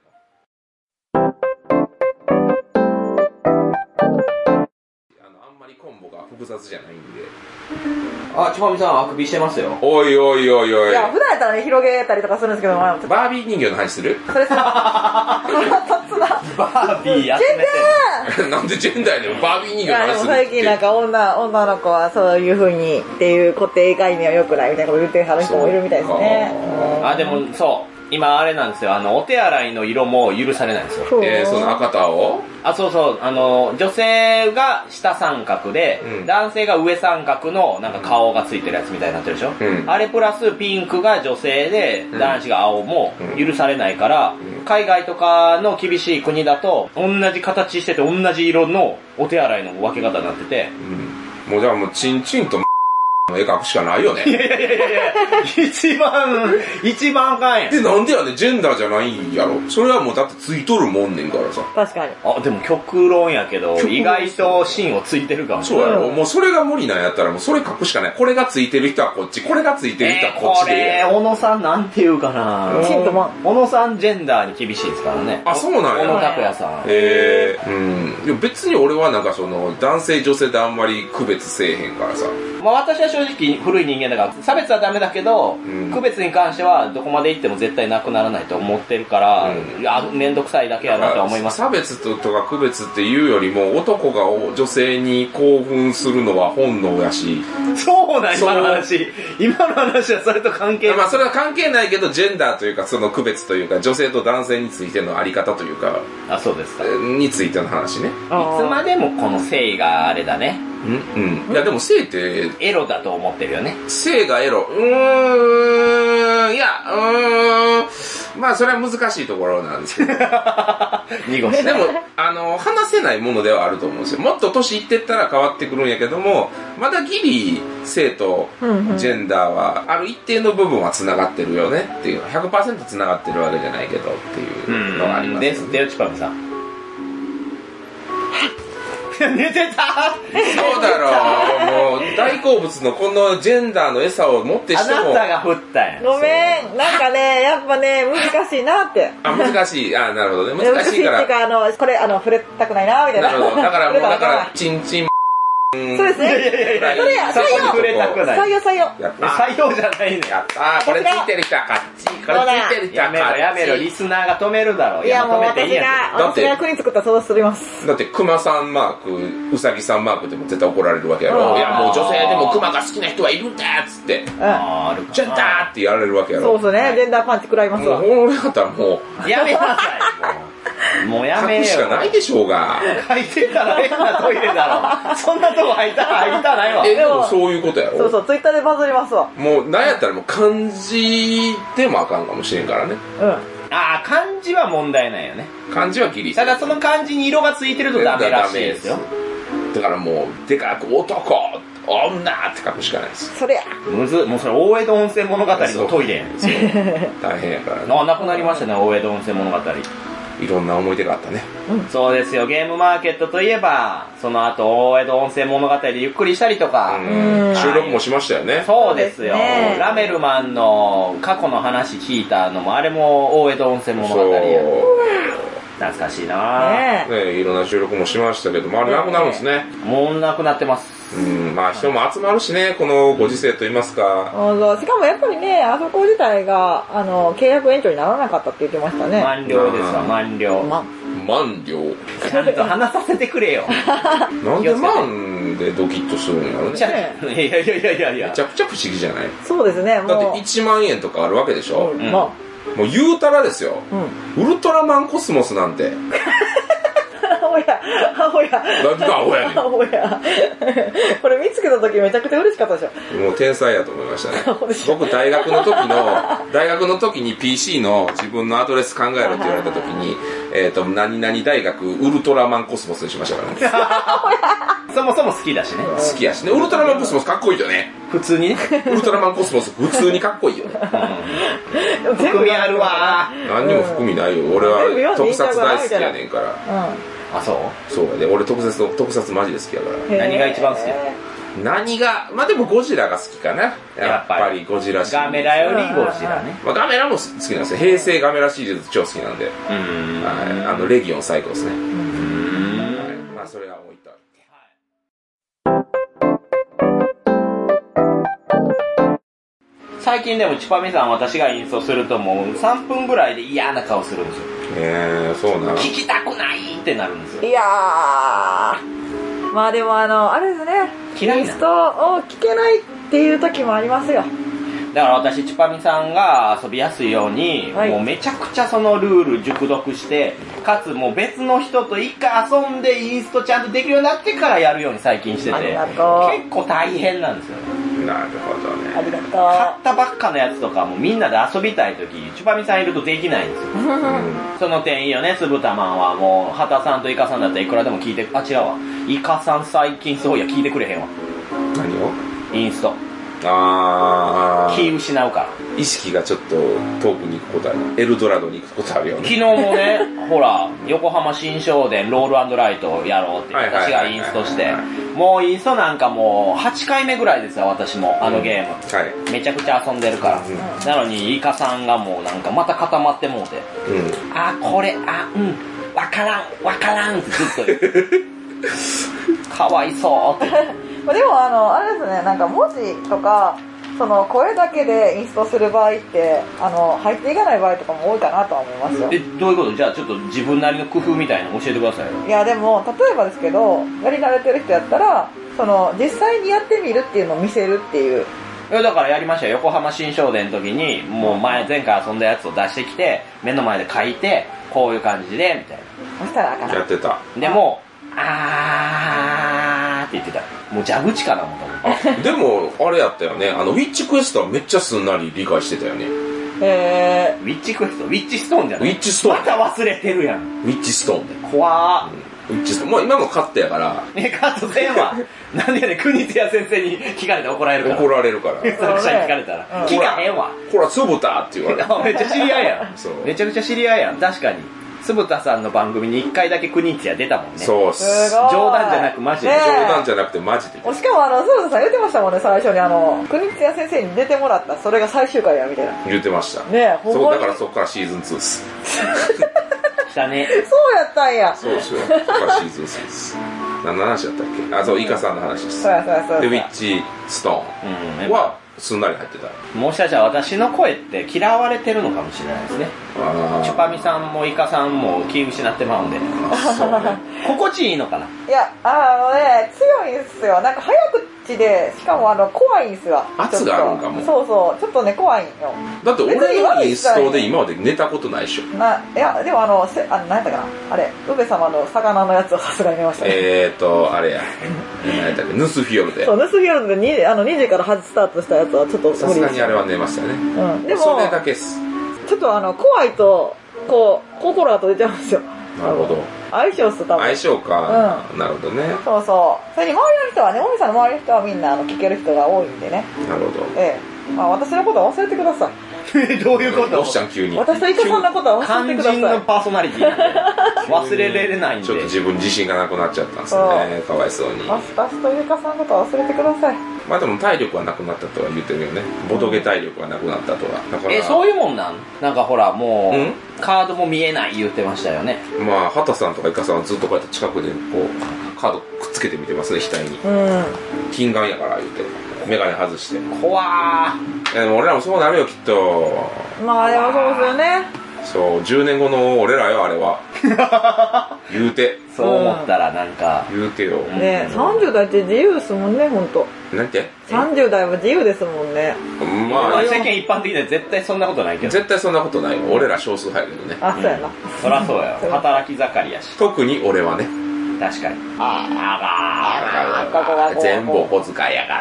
あんまりコンボが複雑じゃないんで。 ちぱみさんあくびしてますよ。 おい。いや普段やったらね広げたりとかするんですけど、バービー人形の話する？ それさバービーやっててなんでジェンダーでもバービー人形の話する？でも最近なんか女の子はそういう風にっていう固定概念は良くないみたいなこと言ってはる人もいるみたいですね。 でもそう今あれなんですよ、お手洗いの色も許されないんですよ。 その赤田をそう女性が下三角で、男性が上三角のなんか顔がついてるやつみたいになってるでしょ、あれプラスピンクが女性で、男子が青も許されないから、海外とかの厳しい国だと同じ形してて同じ色のお手洗いの分け方になってて、 もうじゃあもうチンチンと絵描くしかないよね。 いや一番あかんやん。 でなんでやねん、ジェンダーじゃないんやろ。それはもうだってついとるもんねんからさ。 確かに。 でも極論やけど意外と芯をついてるかもしれない。 そうやろ。もうそれが無理なんやったらもうそれ描くしかない。これがついてる人はこっち、これがついてる人はこっちで。 小野さんなんて言うかな。小野さんジェンダーに厳しいですからね。 そうなんや。 小野拓也さん。 いや別に俺はなんかその男性女性であんまり区別せえへんからさ。 私は正直古い人間だから差別はダメだけど、区別に関してはどこまで行っても絶対なくならないと思ってるから、いやめんどくさいだけやなとは思います。 差別とか区別っていうよりも男が女性に興奮するのは本能やし。 そうなん今の話はそれと関係ない。 まあそれは関係ないけどジェンダーというかその区別というか女性と男性についてのあり方というかそうですかについての話ね。いつまでもこの性があれだね。 いやでも性ってエロだと思ってるよね。 性がエロまあそれは難しいところなんですけどでも話せないものではあると思うんですよ。もっと年いってったら変わってくるんやけども、まだギリ性とジェンダーはある一定の部分はつながってるよねっていう 100% つながってるわけじゃないけどっていうのがありますよね。 ですってよちぱみさん。寝てた。 そうだろう。もう大好物のこのジェンダーの餌を持ってしてもあなたが振ったんや。 ごめん、なんかねやっぱね難しいなって。 難しい。なるほどね。難しいから。 難しいっていうかこれ触れたくないなみたいな。 なるほど。だからチンチン。 そうですね。それや採用。 採用じゃないね。 やったー。これついてる人は勝ち。これついてる人は勝ち。 やめろリスナーが止めるだろう。 いやもう私が国作ったらそうすります。 だってクマさんマーク、ウサギさんマークでも絶対怒られるわけやろ。いやもう女性でもクマが好きな人はいるんだっつって。ジェンダーってやられるわけやろ。 そうですね。ジェンダーパンチ食らいますわ。 俺だったらもうやめなさい。もうやめよ。 書くしかないでしょうが。 書いてたら変なトイレだろ。そんなとこ入ったないわ。 でもそういうことやろ。 そうツイッターでバズりますわ。 もうなんやったらもう漢字でもあかんかもしれんからね。 ああ、漢字は問題ないよね。 漢字はギリ。 ただその漢字に色がついてるとダメらしいですよ。 だからもう、でかく男、女って書くしかないです。 それや。 もうそれ大江戸温泉物語のトイレやん。 大変やからね。 なくなりましたね、大江戸温泉物語。 いろんな思い出があったね。 そうですよ、ゲームマーケットといえば、その後、大江戸温泉物語でゆっくりしたりとか。 収録もしましたよね。 そうですよ。ラメルマンの過去の話聞いたのも、あれも大江戸温泉物語や。懐かしいなねいろんな収録もしましたけど、あれなくなるんですね。 もうなくなってます。 まあ人も集まるしね、このご時世といいますか。 しかもやっぱりね、あそこ自体が、契約延長にならなかったって言ってましたね。 満了ですわ、満了。 満了。 ちゃんと話させてくれよ。 なんで万でドキッとするんやろね。 いや。 めちゃくちゃ不思議じゃない？ そうですね、もう。 だって1万円とかあるわけでしょ？もう言うたらですよ、ウルトラマンコスモスなんてアホや何がアホやねん。 アホやこれ見つけた時めちゃくちゃ嬉しかったでしょ。 もう天才やと思いましたね。僕大学の時に PC の自分のアドレス考えろって言われた時に何々大学ウルトラマンコスモスにしましたからね。 そもそも好きだしね。 好きやしね。ウルトラマンコスモスかっこいいよね。 普通にね。 ウルトラマンコスモス普通にかっこいいよね。 含みあるわ。 何にも含みないよ。俺は特撮大好きやねんから。 あ、 そうやで。俺特撮マジで好きやから。 何が一番好きや？ まあでもゴジラが好きかな。やっぱりゴジラシリーズ。 ガメラよりゴジラね。 まあガメラも好きなんですよ。平成ガメラシリーズ超好きなんで。レギオン最高ですね。まあそれは置いといて。 最近でもチュパミさん私がインストするともう3分ぐらいで嫌な顔するんですよ。 そうなの？ 聞きたくないってなるんですよ。 いやー、まあでもあれですね、インストを聞けないっていう時もありますよ。 だから私チュパミさんが遊びやすいように、もうめちゃくちゃそのルール熟読して、かつもう別の人と一回遊んでインストちゃんとできるようになってからやるように最近してて、結構大変なんですよ。 なるほどね。 ありがとう。 買ったばっかのやつとかもみんなで遊びたい時チュパミさんいるとできないんですよ。その点いいよね、つぶたまんは。もう畑さんとイカさんだったらいくらでも聞いて、あ、違うわ、イカさん最近そういや聞いてくれへんわ。 何を？ インスト気失うから。 意識がちょっと遠くに行くことある。エルドラドに行くことあるよね。 昨日もねほら横浜新商店ロール&ライトをやろうって私がインストして、もうインストなんかもう8回目ぐらいですよ私もあのゲーム、めちゃくちゃ遊んでるから、なのにイカさんがもうなんかまた固まってもうて、これわからんってずっと言うかわいそうってでもあれですね、なんか文字とかその声だけでインストする場合って入っていかない場合とかも多いかなとは思いますよ。 どういうこと？じゃあちょっと自分なりの工夫みたいなの教えてくださいよ。 いやでも例えばですけど、やり慣れてる人やったらその実際にやってみるっていうのを見せるっていう。 だからやりましたよ。横浜新商店の時にもう前回遊んだやつを出してきて目の前で書いてこういう感じでみたいな。 そしたらあかん。 やってた。 でもって言ってた。もう蛇口かなもと思って。 でもあれやったよね。ウィッチクエストはめっちゃすんなり理解してたよね。 ウィッチクエスト？ウィッチストーンじゃない？ ウィッチストーン。 また忘れてるやん。 ウィッチストーンで。 怖ウィッチストーン。もう今もカットやから。 カットせんわ。なんでやねん、国津屋先生に聞かれて怒られるから。 怒られるから。 作者に聞かれたら。聞かへんわ。 ほら、つぶたって言われる。 めっちゃ知り合いやん。めちゃくちゃ知り合いやん。確かに。つぶたさんの番組に1回だけ国津屋出たもんね。 そうっす。 冗談じゃなくマジで。 冗談じゃなくてマジで。 しかもつぶたさん言ってましたもんね、最初に国津屋先生に出てもらったそれが最終回やみたいな。 言ってました。 ね、 そう、だからそっからシーズン2です。 来たね。 そうやったんや。 そうですよ。そっからシーズン2です。何の話だったっけ？そう、イカさんの話です。 そうや。 で、ウィッチストーンはすんなり入ってた。 もしかしたら私の声って嫌われてるのかもしれないですね。チュパミさんもイカさんも気失ってまうんで。心地いいのかな？ いや、強いんすよ。なんか早口で、しかも怖いんすよ。 圧があるんかも。 そうそう、ちょっとね、怖いんよ。 だって俺のインストで今まで寝たことないでしょ。 いや、でも何やったかな、あれ、ウベ様の魚のやつをさすがに見ましたね。 あれや。何やったっけ、ヌスフィヨルデ。 そう、ヌスフィヨルデで2時からスタートしたやつはちょっと無理です。 さすがにあれは寝ましたね。 でも、 それだけっす。 ちょっと怖いとこう心が取れちゃうんですよ。 なるほど。 相性っす、多分。 相性か。なるほどね。 そうそう。それに周りの人はね、もみさんの周りの人はみんな聞ける人が多いんでね。 なるほど。 まあ私のことは忘れてください。 どういうこと？ どうしたん急に。 私とイカさんのことは忘れてください。 肝心のパーソナリティなんで忘れられないんで。 ちょっと自分自信がなくなっちゃったんですね。かわいそうに。 私とイカさんのことは忘れてください。 まあでも体力はなくなったとは言ってるよね。ボトゲ体力はなくなったとは。だからそういうもんなん？なんかほらもう、カードも見えない言ってましたよね。 まあ畑さんとかイカさんはずっとこうやって近くでこうカードくっつけてみてますね、額に。金眼やから言って。メガネ外して。 怖ー。 でも俺らもそうなるよ、きっと。 まあでもそうですよね。 そう、10年後の俺らよ、あれは。言うて。 そう思ったらなんか。 言うてよ。 ね、30代って自由ですもんね、ほんと。 なんて ?30 代は自由ですもんね。 まあ世間一般的には絶対そんなことないけど。 絶対そんなことないよ。俺ら少数派やけどね。 あ、そうやな。 そらそうや。働き盛りやし。 特に俺はね。 確かに。 全部お小遣いやから。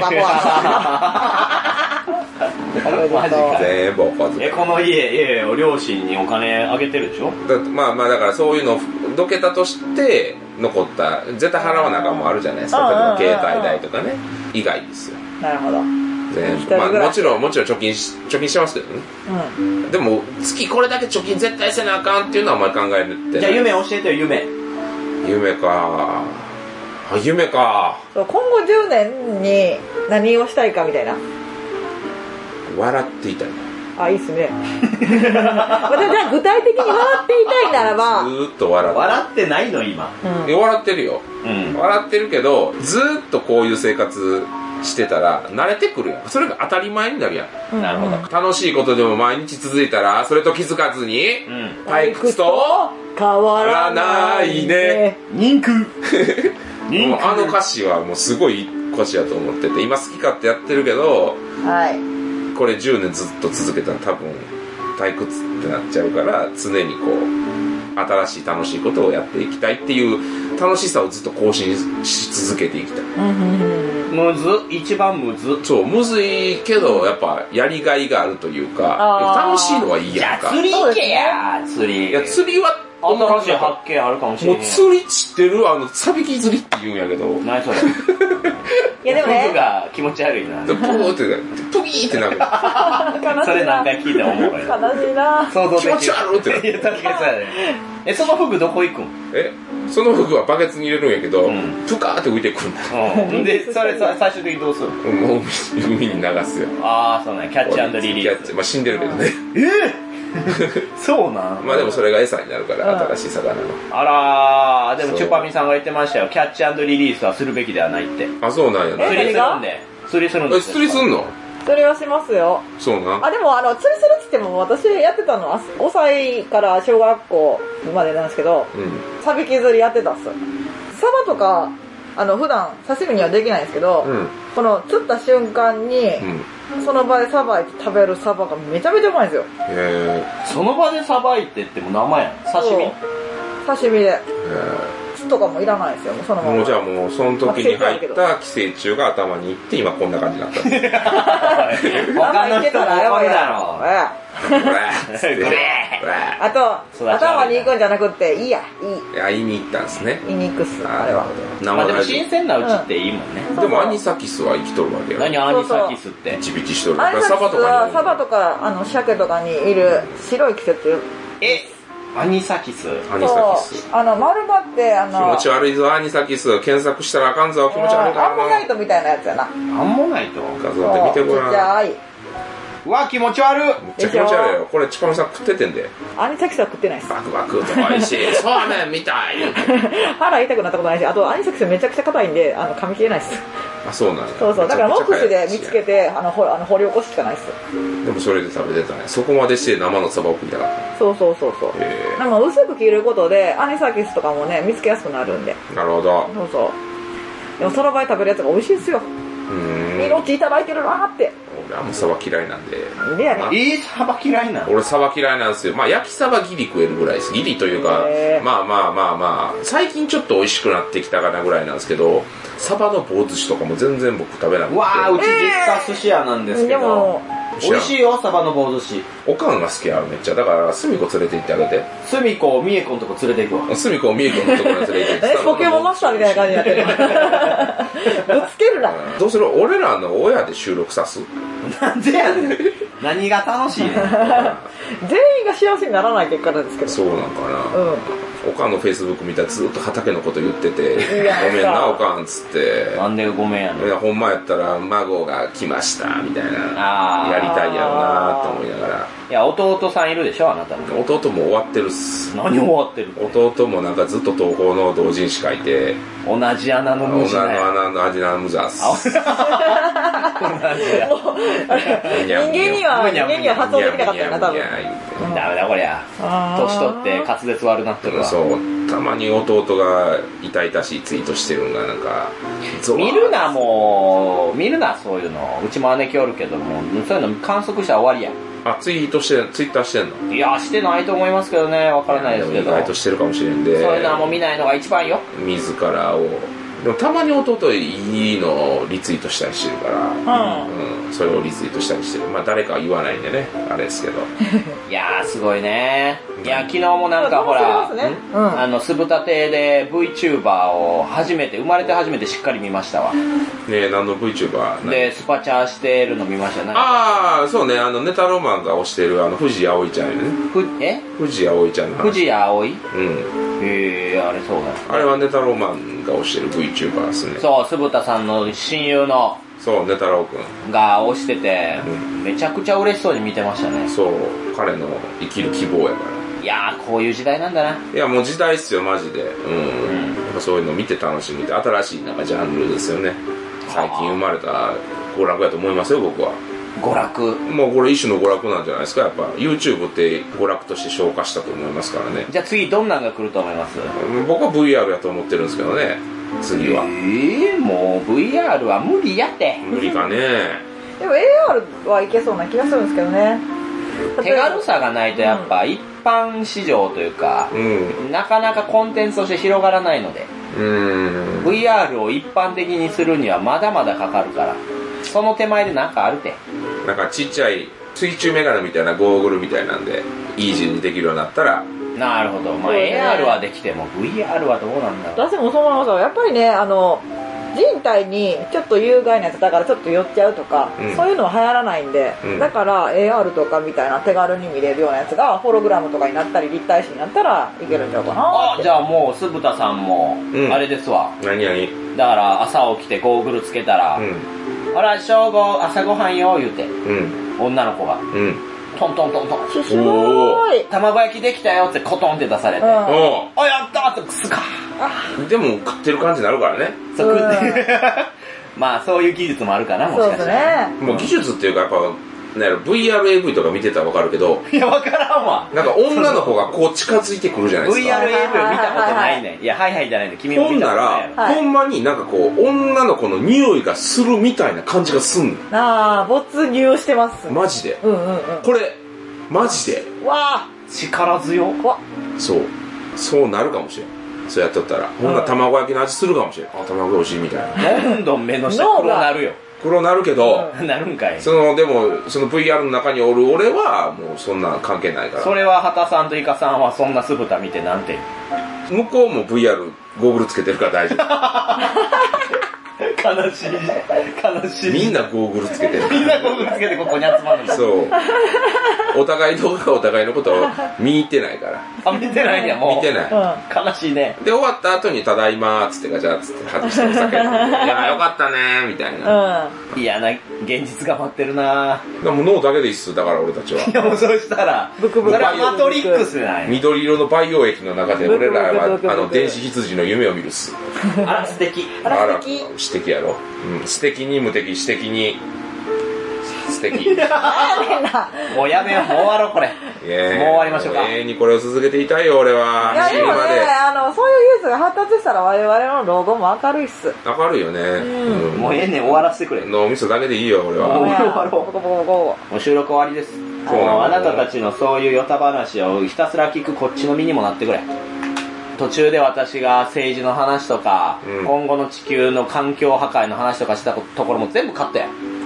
マジか。 全部お小遣い。 この家、お両親にお金あげてるでしょ？ まあだからそういうのをどけたとして残った絶対払わなあかんもあるじゃないですか。携帯代とかね以外ですよ。 なるほど。 全部まあもちろん貯金してますけどね。でも月これだけ貯金絶対せなあかんっていうのはあんまり考えるって。 じゃあ夢教えてよ、夢。 夢か。夢か。 今後10年に何をしたいかみたいな。 笑っていたい。 あ、いいっすね。じゃあ具体的に笑っていたいならば。 ずーっと笑ってないの今。 笑ってるよ。笑ってるけど、ずーっとこういう生活してたら慣れてくるやん。それが当たり前になるやん。 なるほど。 楽しいことでも毎日続いたら、それと気づかずに、退屈と変わらないね。 人空。 あの歌詞はもうすごい歌詞やと思ってて、今好き勝手やってるけど、これ10年ずっと続けたら多分退屈ってなっちゃうから、常にこう新しい楽しいことをやっていきたいっていう楽しさをずっと更新し続けていきたい。 一番むず。 そう、むずいけどやっぱやりがいがあるというか、楽しいのはいいやんか。 釣り行けや。釣り。 いや、釣りは新しい発見あるかもしれない。 もう釣り知ってる？サビキ釣りって言うんやけど。 何それ。 いやでもね。 服が気持ち悪いな。 プギーってなる。 それ何回聞いても思うから。 悲しいな。 気持ち悪いってなる。 いや、確かにそうやね。その服どこ行くん？ その服はバケツに入れるんやけど、プカーって浮いてくるんだ。 で、それ最終的にどうするの？ もう海に流すよ。 ああ、そうね。キャッチ&リリース。 まあ死んでるけどね。 そうなん？ まあでもそれが餌になるから新しい魚の。 あらー、でもチュパミさんが言ってましたよ。キャッチ&リリースはするべきではないって。 あ、そうなんやね。 釣りするんで。釣りするんです。 釣りすんの？ 釣りはしますよ。 そうな。 あ、でも釣りするって言っても私やってたのは5歳から小学校までなんですけど、サビキ釣りやってたっす。サバとか普段刺身にはできないんですけど、この釣った瞬間に、その場でさばいて食べるサバがめちゃめちゃうまいんですよ。 その場でさばいてってもう生やん。刺身で。 酢とかもいらないですよ、そのまま。 もうじゃあもうその時に入った寄生虫が頭にいって今こんな感じになったんです。 他の人も怒るだろう。 あと、頭に行くんじゃなくって、いいや、 言いに行ったんですね。 言いに行くっす、あれは。 まあでも新鮮なうちっていいもんね。 でもアニサキスは生きとるわけよ。 何アニサキスって？ ピチピチしとる。 アニサキスはサバとか鮭とかにいる白い季節。 アニサキス。 アニサキス。 丸まって気持ち悪いぞ、アニサキス。検索したらあかんぞ、気持ち悪いな。 アンモナイトみたいなやつやな。 アンモナイト？ 画像で見てごらん。 ちっちゃい。 うわ、気持ち悪い。 めっちゃ気持ち悪いよ。これチパミさん食っててんで。 アニサキスは食ってないです。 バクバクと美味しい。そうめんみたい。 腹痛くなったことないし、あとアニサキスめちゃくちゃ硬いんで、噛み切れないです。 あ、そうなんだ。 そう、だから目視で見つけて、掘り起こすしかないです。 でもそれで食べてたね。そこまでして生のサバを食いたかった。 そう。でも薄く切ることで、アニサキスとかもね、見つけやすくなるんで。 なるほど。 そう。でもその場で食べるやつが美味しいですよ。命いただいてるなーって。 俺はもうサバ嫌いなんで。 サバ嫌いなの？ 俺サバ嫌いなんですよ。まあ焼きサバギリ食えるぐらいです。ギリというか、まあ最近ちょっと美味しくなってきたかなぐらいなんですけど、サバの棒寿司とかも全然僕食べなくて。 わー、うち実家寿司屋なんですけど。 でも美味しいよ、サバの棒寿司。 おかんが好きやろ、めっちゃ。だから、すみこ連れて行ってあげて。 すみこをみえこのとこ連れて行くわ。 すみこをみえこのところに連れて行って。 ポケモンマスターみたいな感じになってる。ぶつけるな。 どうする？俺らの親で収録さす？ なんでやねん。何が楽しいねん。全員が幸せにならない結果なんですけど。 そうなんかな。おかんのフェイスブック見たらずっと畑のこと言ってて、ごめんなおかんっつって。 なんでごめんやねん。 ほんまやったら孫が来ましたみたいな、やりたいやろなって思いながら。 いや、弟さんいるでしょ、あなたの。 弟も終わってるっす。 何終わってる？ 弟もなんかずっと東宝の同人誌書いて、 同じ穴の無地だよ。 同じ穴の味な無座っす。 人間には発音できなかったよな、多分。 ダメだこりゃ。年取って滑舌悪なってるわ。 そう、たまに弟が痛々しいツイートしてるんがなんか、 見るなもう、見るなそういうの。うちも姉貴おるけども、そういうの観測したら終わりや。 ツイッターしてんの？ いや、してないと思いますけどね、わからないですけど。 意外としてるかもしれんで。 そういうのはもう見ないのが一番よ。 自らを。でもたまに弟いいのをリツイートしたりしてるから、それをリツイートしたりしてる。まあ誰かは言わないんでね、あれですけど。 いやーすごいね。いや、昨日もなんかほら、酢豚亭で VTuber を生まれて初めてしっかり見ましたわ。 ね、何の VTuber？ で、スパチャーしてるの見ましたね。 ああ、そうね、ネタロマンが推してる藤葵ちゃんよね。藤葵ちゃんの話。 藤葵？ うん。 あれそうだ。 あれはネタロマンが推してる VTuber ですね。 そう、酢豚さんの親友の。 そう、ネタロウくんが推してて、めちゃくちゃ嬉しそうに見てましたね。 そう、彼の生きる希望やから。 いやー、こういう時代なんだな。 いや、もう時代っすよ、マジで。やっぱそういうの見て楽しみで、新しいなんかジャンルですよね。最近生まれた娯楽やと思いますよ、僕は。 娯楽？ もうこれ一種の娯楽なんじゃないですか。やっぱ YouTube って娯楽として消化したと思いますからね。 じゃあ次どんなのが来ると思います？ 僕は VR やと思ってるんですけどね、次は。 もう VR は無理やって。 無理かね。 でも AR はいけそうな気がするんですけどね。 手軽さがないとやっぱ一般市場というか、なかなかコンテンツとして広がらないので、VR を一般的にするにはまだまだかかるから、その手前でなんかあるて。 なんかちっちゃい水中メガネみたいなゴーグルみたいなんでイージーにできるようになったら。 なるほど。まあ AR はできても VR はどうなんだろう。 私もそう思いますよ。やっぱりね、人体にちょっと有害なやつだからちょっと寄っちゃうとか、そういうのは流行らないんで、だから AR とかみたいな手軽に見れるようなやつがホログラムとかになったり立体視になったらいけるんちゃうかなって。 じゃあもう酢豚さんもあれですわ。 何だから朝起きてゴーグルつけたら、ほら正午朝ごはんよ言うて、女の子が、トントントントン、 すごい卵焼きできたよってコトンって出されて、あやったーってクスカー。でも食ってる感じになるからね。 まあそういう技術もあるかな、もしかしたら。 もう技術っていうかやっぱVRAV とか見てたら分かるけど、 いや分からんわ。 なんか女の子がこう近づいてくるじゃないですか。 VRAV 見たことないねん。いやはいはいじゃないねん。君も見たことない。 ほんなら、ほんまになんかこう女の子の匂いがするみたいな感じがすんの。 没入してます。 マジで。これマジで。 わ力強。 そうなるかもしれん。そうやっとったら、ほんな卵焼きの味するかもしれん。卵美味しいみたいな。 どんどん目の下黒なるよ。 黒なるけど、 なるんかい。 でもその VR の中におる俺はもうそんな関係ないから。 それは畑さんとイカさんはそんな酢豚見てなんて。 向こうも VR ゴーグルつけてるから大丈夫。 悲しい。 みんなゴーグルつけてる。 みんなゴーグルつけてここに集まるんだ。 そう。お互い動画がお互いのことを見入ってないから。 見てないんや、もう。 見てない。 悲しいね。 で、終わった後にただいまーっつってガチャーっつって外してお酒飲んで、いや、よかったねーみたいな。 嫌な現実が待ってるなー。でも脳だけでいいっす、だから俺たちは。 いや、もうそうしたら、それはマトリックスじゃない。 緑色の培養液の中で俺らは電子羊の夢を見るっす。 あら、素敵。 素敵やろ。素敵に無敵、素敵に素敵。 もうやめよう、もう終わろうこれ。もう終わりましょうか。 永遠にこれを続けていたいよ俺は。 いやでもね、そういう技術が発達したら我々の老後も明るいっす。 明るいよね。 もうええねん、終わらせてくれ。 脳みそだけでいいよ俺は。 もう終わろう。もう収録終わりです。あなたたちのそういうヨタ話をひたすら聞くこっちの身にもなってくれ。途中で私が政治の話とか、今後の地球の環境破壊の話とかしたところも全部カットや。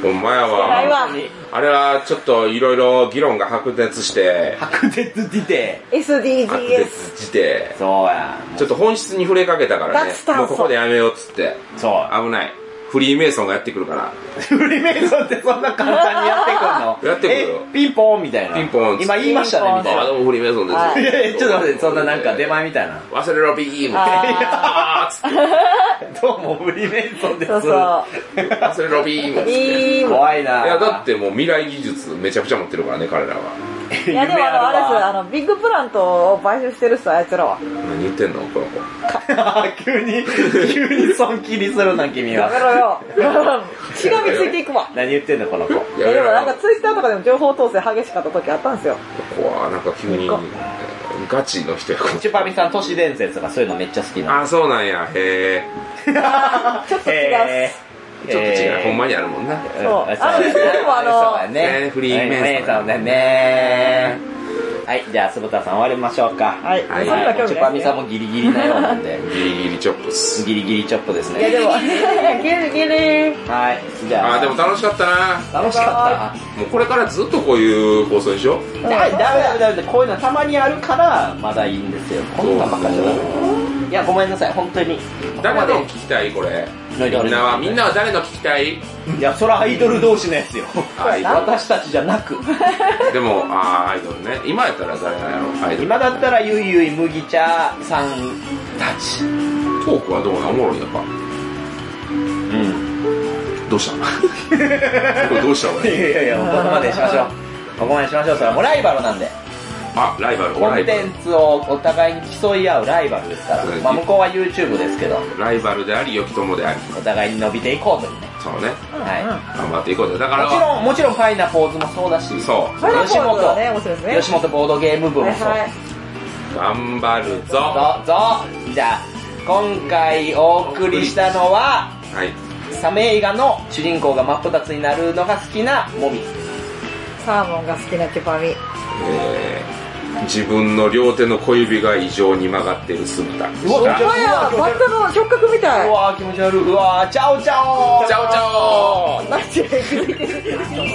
ほんまやわ。あれはちょっといろいろ議論が白熱して。 白熱時点。 SDGs。 白熱時点。 そうや。 ちょっと本質に触れかけたからね。もうここでやめようっつって。 そう。 危ない。フリーメイソンがやってくるから。 フリーメイソンってそんな簡単にやってくるの？ やってくるよ。 ピンポンみたいな。 ピンポン。 今言いましたねみたいな。 どうもフリーメイソンです。 ちょっと待って、そんななんか出前みたいな。 忘れろビーム。あーつって。どうもフリーメイソンです。そうそう。 忘れろビーム。 怖いな。 いやだってもう未来技術めちゃくちゃ持ってるからね、彼らは。 いやでもあれです、ビッグプラントを買収してる人あいつらは。 何言ってんのこの子。 急に損切りするな君は。 やめろよ。しがみついていくわ。 何言ってんのこの子。 いやでもなんかツイッターとかでも情報統制激しかった時あったんですよ。 ここはなんか急にガチの人や。 チュパミさん都市伝説とかそういうのめっちゃ好きな。 あ、そうなんや。へー。ちょっと違う。 ちょっと違う。ほんまにあるもんな。 そう。でもそうね。 フリーメイソンだね。はい、じゃあ、坪田さん終わりましょうか。 はい。 チュパミさんもギリギリなようなんで。 ギリギリチョップっす。 ギリギリチョップですね。 いやでも、ギリギリ。 はい、じゃあ。 でも楽しかったな。 楽しかった。 もうこれからずっとこういう放送でしょ？ はい、ダメ。こういうのたまにあるから、まだいいんですよ。こんなばっかじゃダメ。いや、ごめんなさい、本当に。 誰の聞きたいこれ？みんなは誰の聞きたい？ いや、それはアイドル同士のやつよ。私たちじゃなく。 でも、アイドルね。今やったら誰なんやろ？アイドル。 今だったらゆいゆい麦茶さんたち。 トークはどうなの？おもろいやっぱ。うん。どうしたこれどうした俺。 いや、ここまでにしましょう。ここまでにしましょう。それはもうライバルなんで。 ライバル。 コンテンツをお互いに競い合うライバルですから。まあ向こうは YouTube ですけど。 ライバルであり、良き友であり。 お互いに伸びていこうというね。 そうね。 はい。 頑張っていこうと。だからもちろんファイなポーズもそうだし。 そう。 吉本ボードゲーム部もそう。 頑張るぞ。 じゃあ、今回お送りしたのは、サメ映画の主人公が真っ二つになるのが好きなモミ。 サーモンが好きなチュパミ。 自分の両手の小指が異常に曲がってる姿。 うわ、バッタの触覚みたい。 うわ、気持ち悪い。うわ、チャオチャオ。 何て気づいてる。